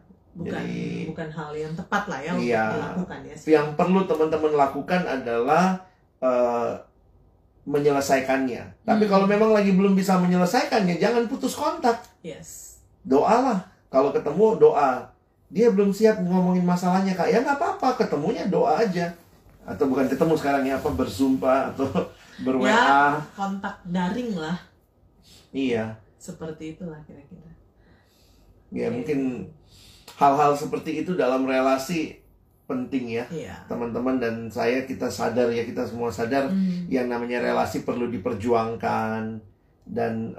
Bukan hal yang tepat lah ya untuk dilakukan ya. Yang perlu teman-teman lakukan adalah menyelesaikannya. Tapi kalau memang lagi belum bisa menyelesaikannya, jangan putus kontak. Yes. Doalah. Kalau ketemu, doa. Dia belum siap ngomongin masalahnya, Kak. Ya nggak apa-apa, ketemunya doa aja. Atau bukan ketemu sekarang ya, berzoom atau ber-WA. Ya, kontak daring lah. Iya. Seperti itulah kira-kira. Ya, mungkin hal-hal seperti itu dalam relasi penting ya. Teman-teman dan saya, kita sadar ya, kita semua sadar yang namanya relasi perlu diperjuangkan. Dan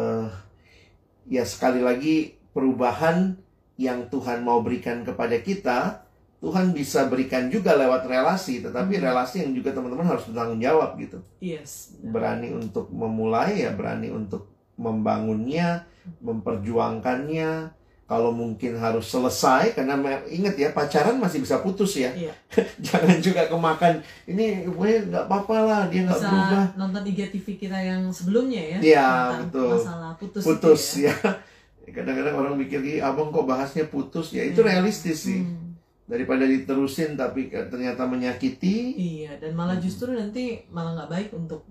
ya sekali lagi, perubahan yang Tuhan mau berikan kepada kita, Tuhan bisa berikan juga lewat relasi, tetapi relasi yang juga teman-teman harus bertanggung jawab gitu. Yes. Berani untuk memulai ya, berani untuk membangunnya, memperjuangkannya. Kalau mungkin harus selesai, karena ingat ya, pacaran masih bisa putus ya. Iya. Jangan juga kemakan, ini gue nggak apa-apa lah, dia nggak berubah. Nonton IGTV kita yang sebelumnya ya. Iya, betul. Masalah putus itu ya. Kadang-kadang orang mikir, abang kok bahasnya putus, ya itu realistis sih. Daripada diterusin tapi ternyata menyakiti. Iya, dan malah justru nanti malah nggak baik untuk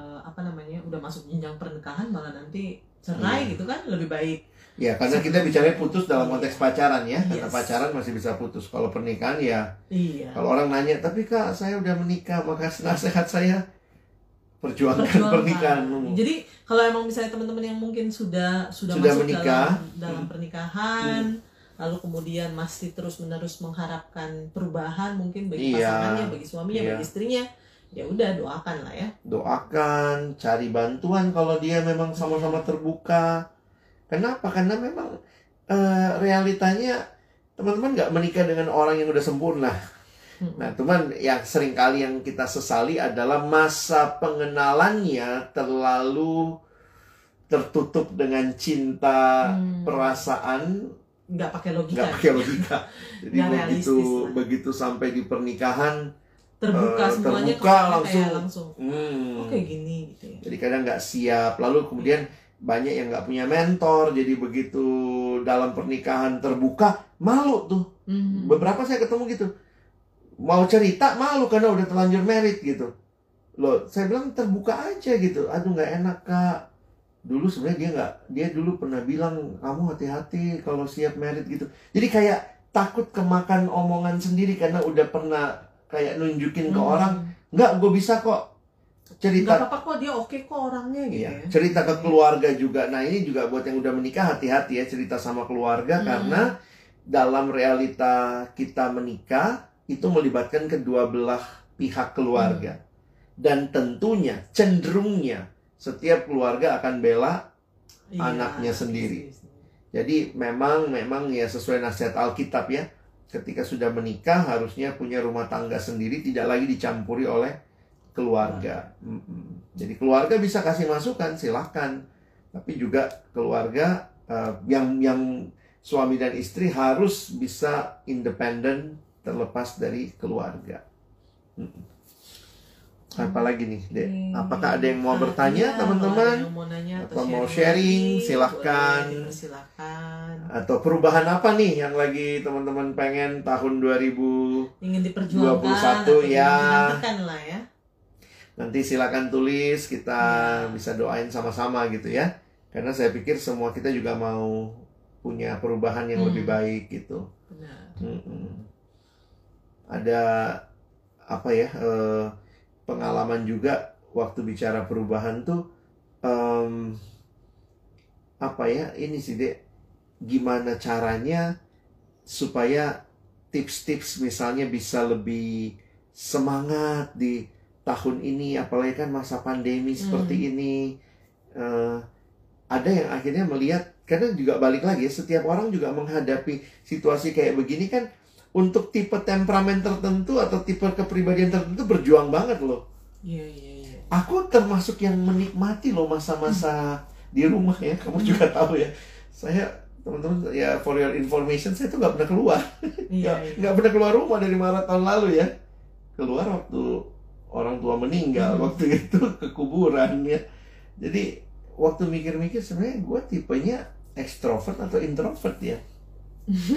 udah masuk jenjang pernikahan, malah nanti cerai gitu kan, lebih baik. Ya, karena kita bicara putus dalam konteks pacaran ya. Karena pacaran masih bisa putus. Kalau pernikahan ya, kalau orang nanya, tapi Kak saya udah menikah, maka nasihat saya perjuangkan pernikahan. Jadi kalau emang misalnya teman-teman yang mungkin sudah masuk menikah dalam pernikahan, lalu kemudian masih terus-menerus mengharapkan perubahan mungkin bagi pasangannya, bagi suaminya, bagi istrinya, ya udah doakan lah ya. Doakan, cari bantuan kalau dia memang sama-sama terbuka. Kenapa? Karena memang realitanya teman-teman nggak menikah dengan orang yang udah sempurna. Nah, teman, yang sering kali yang kita sesali adalah masa pengenalannya terlalu tertutup dengan cinta, perasaan, nggak pakai logika. Jadi begitu sampai di pernikahan terbuka semuanya, langsung. Kayak gini gitu ya. Jadi kadang nggak siap. Lalu kemudian banyak yang nggak punya mentor, jadi begitu dalam pernikahan terbuka, malu tuh. Beberapa saya ketemu gitu, mau cerita malu karena udah terlanjur married gitu. Loh, saya bilang terbuka aja gitu. Aduh, nggak enak Kak. Dulu sebenarnya dia dulu pernah bilang, kamu hati-hati kalau siap married gitu. Jadi kayak takut kemakan omongan sendiri karena udah pernah kayak nunjukin ke orang, nggak, gue bisa kok. Cerita, nggak apa-apa kok, dia oke kok orangnya gitu ya. Cerita ke keluarga juga. Nah, ini juga buat yang udah menikah, hati-hati ya cerita sama keluarga. Karena dalam realita kita menikah itu melibatkan kedua belah pihak keluarga. Dan tentunya cenderungnya setiap keluarga akan bela anaknya sendiri. Jadi memang ya sesuai nasihat Alkitab ya, ketika sudah menikah harusnya punya rumah tangga sendiri, tidak lagi dicampuri oleh keluarga. Jadi keluarga bisa kasih masukan, silahkan. Tapi juga keluarga yang suami dan istri harus bisa independen, terlepas dari keluarga. Apalagi nih, Dek? Apakah ada yang mau bertanya, teman-teman? Atau mau sharing? Silahkan. Atau perubahan apa nih yang lagi teman-teman pengen tahun 2021 ingin diperjuangkan ya? Lah ya. Nanti silakan tulis, kita bisa doain sama-sama gitu ya. Karena saya pikir semua kita juga mau punya perubahan yang lebih baik gitu. Ada apa ya, pengalaman juga waktu bicara perubahan tuh, apa ya, ini sih Dek, gimana caranya supaya tips-tips misalnya bisa lebih semangat di tahun ini, apalagi kan masa pandemi seperti ini. Ada yang akhirnya melihat, karena juga balik lagi, setiap orang juga menghadapi situasi kayak begini kan, untuk tipe temperamen tertentu atau tipe kepribadian tertentu berjuang banget loh. Iya. Aku termasuk yang menikmati loh masa-masa di rumah ya, kamu juga tahu ya. Saya, teman-teman ya, for your information, saya tuh nggak pernah keluar. Nggak pernah keluar rumah dari Maret tahun lalu ya. Keluar waktu orang tua meninggal, waktu itu ke kuburan ya. Jadi waktu mikir-mikir, sebenarnya gue tipenya ekstrovert atau introvert ya.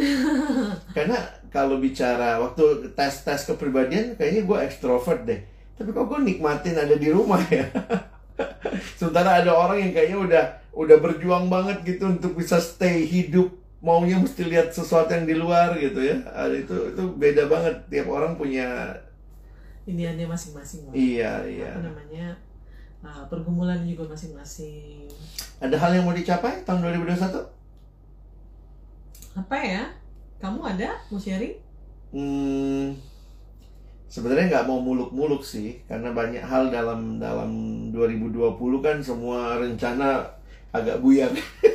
Karena kalau bicara waktu tes kepribadian, kayaknya gue ekstrovert deh. tapi kok gue nikmatin ada di rumah ya. Sementara ada orang yang kayaknya udah berjuang banget gitu untuk bisa stay hidup, maunya mesti lihat sesuatu yang di luar gitu ya. Itu beda banget, tiap orang punya iniannya masing-masing. Iya. Apa namanya, pergumulan juga masing-masing. Ada hal yang mau dicapai tahun 2021? Apa ya? Kamu ada mau sharing? Sebenarnya nggak mau muluk-muluk sih, karena banyak hal dalam 2020 kan semua rencana agak buyar.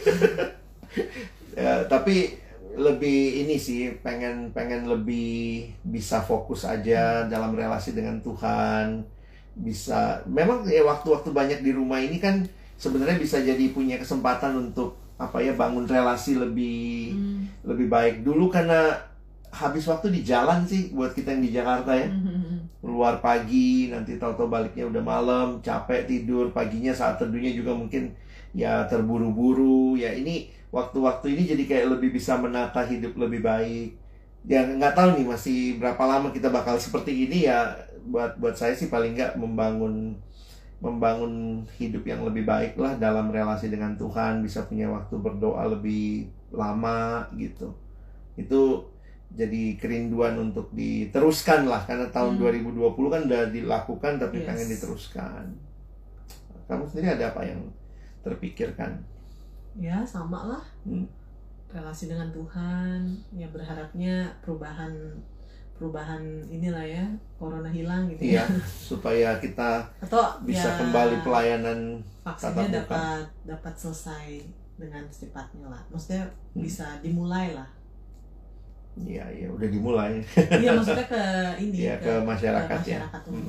Ya, tapi lebih ini sih, pengen lebih bisa fokus aja dalam relasi dengan Tuhan. Bisa, memang ya waktu-waktu banyak di rumah ini kan sebenarnya bisa jadi punya kesempatan untuk bangun relasi lebih baik. Dulu karena habis waktu di jalan sih buat kita yang di Jakarta ya. Keluar pagi, nanti tahu-tahu baliknya udah malam, capek tidur, paginya saat teduhnya juga mungkin ya terburu-buru. Ya ini waktu-waktu ini jadi kayak lebih bisa menata hidup lebih baik. Ya nggak tahu nih masih berapa lama kita bakal seperti ini ya. Buat saya sih paling nggak membangun hidup yang lebih baik lah dalam relasi dengan Tuhan, bisa punya waktu berdoa lebih lama gitu. Itu jadi kerinduan untuk diteruskan lah, karena tahun 2020 kan udah dilakukan tapi pengen diteruskan. Kamu sendiri ada apa yang terpikirkan? Ya sama lah, relasi dengan Tuhan, ya berharapnya perubahan inilah ya, corona hilang gitu ya. Supaya kita atau bisa kembali pelayanan vaksinnya dapat selesai dengan secepatnya lah, maksudnya bisa dimulai lah. Iya, udah dimulai. Iya, maksudnya ke ini ya, ke masyarakat ya.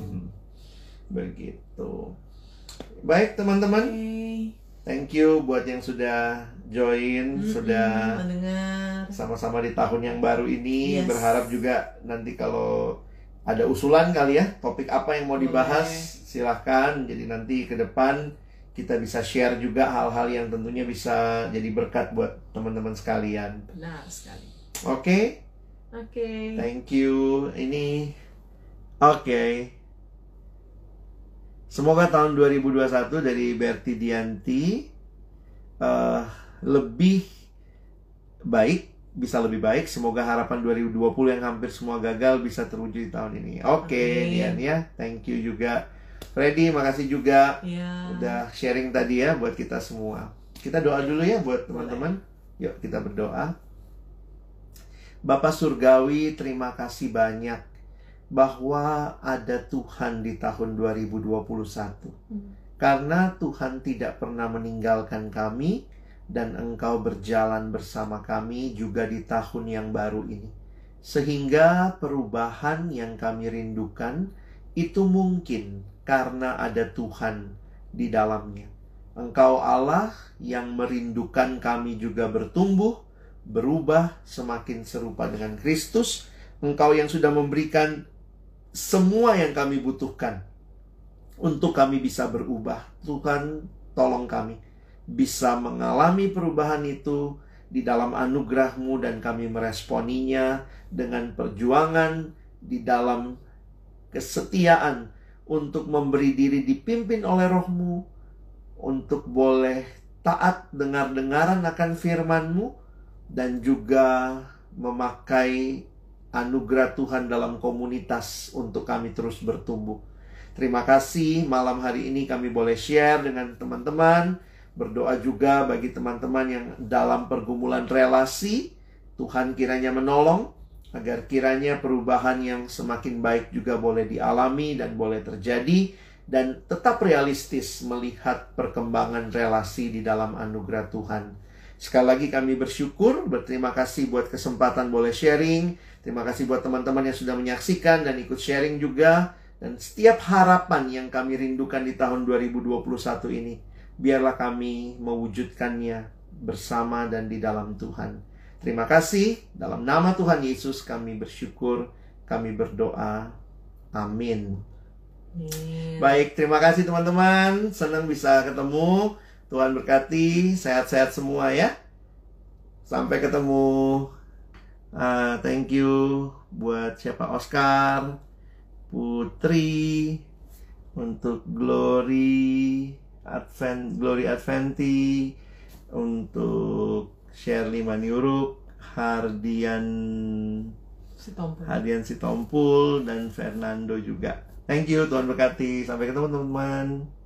Begitu. Baik teman-teman, thank you buat yang sudah join, sudah mendengar sama-sama di tahun yang baru ini. Berharap juga nanti kalau ada usulan kali ya, topik apa yang mau dibahas, silahkan. Jadi nanti ke depan kita bisa share juga hal-hal yang tentunya bisa jadi berkat buat teman-teman sekalian. Benar sekali. Oke. Thank you. Semoga tahun 2021 dari Berti Dianti lebih baik, bisa lebih baik. Semoga harapan 2020 yang hampir semua gagal bisa terwujud di tahun ini. Dian ya. Thank you juga. Freddy, makasih juga udah sharing tadi ya buat kita semua. Kita doa dulu ya buat teman-teman. Yuk kita berdoa. Bapa Surgawi, terima kasih banyak bahwa ada Tuhan di tahun 2021. Karena Tuhan tidak pernah meninggalkan kami dan Engkau berjalan bersama kami juga di tahun yang baru ini. Sehingga perubahan yang kami rindukan itu mungkin karena ada Tuhan di dalamnya. Engkau Allah yang merindukan kami juga bertumbuh, berubah semakin serupa dengan Kristus. Engkau yang sudah memberikan semua yang kami butuhkan untuk kami bisa berubah. Tuhan, tolong kami bisa mengalami perubahan itu di dalam anugerah-Mu, dan kami meresponinya dengan perjuangan di dalam kesetiaan untuk memberi diri dipimpin oleh Roh-Mu, untuk boleh taat dengar-dengaran akan firman-Mu, dan juga memakai anugerah Tuhan dalam komunitas untuk kami terus bertumbuh. Terima kasih malam hari ini kami boleh share dengan teman-teman. Berdoa juga bagi teman-teman yang dalam pergumulan relasi. Tuhan kiranya menolong agar kiranya perubahan yang semakin baik juga boleh dialami dan boleh terjadi, dan tetap realistis melihat perkembangan relasi di dalam anugerah Tuhan. Sekali lagi kami bersyukur, berterima kasih buat kesempatan boleh sharing. Terima kasih buat teman-teman yang sudah menyaksikan dan ikut sharing juga. Dan setiap harapan yang kami rindukan di tahun 2021 ini, biarlah kami mewujudkannya bersama dan di dalam Tuhan. Terima kasih, dalam nama Tuhan Yesus kami bersyukur, kami berdoa. Amin. Baik, terima kasih teman-teman. Senang bisa ketemu. Tuhan berkati, sehat-sehat semua ya. Sampai ketemu. Thank you buat siapa? Oscar, Putri, untuk Glory Adventi, untuk Shirley Maniuruk, Hardian Sitompul, dan Fernando juga. Thank you, Tuhan berkati. Sampai ketemu teman-teman.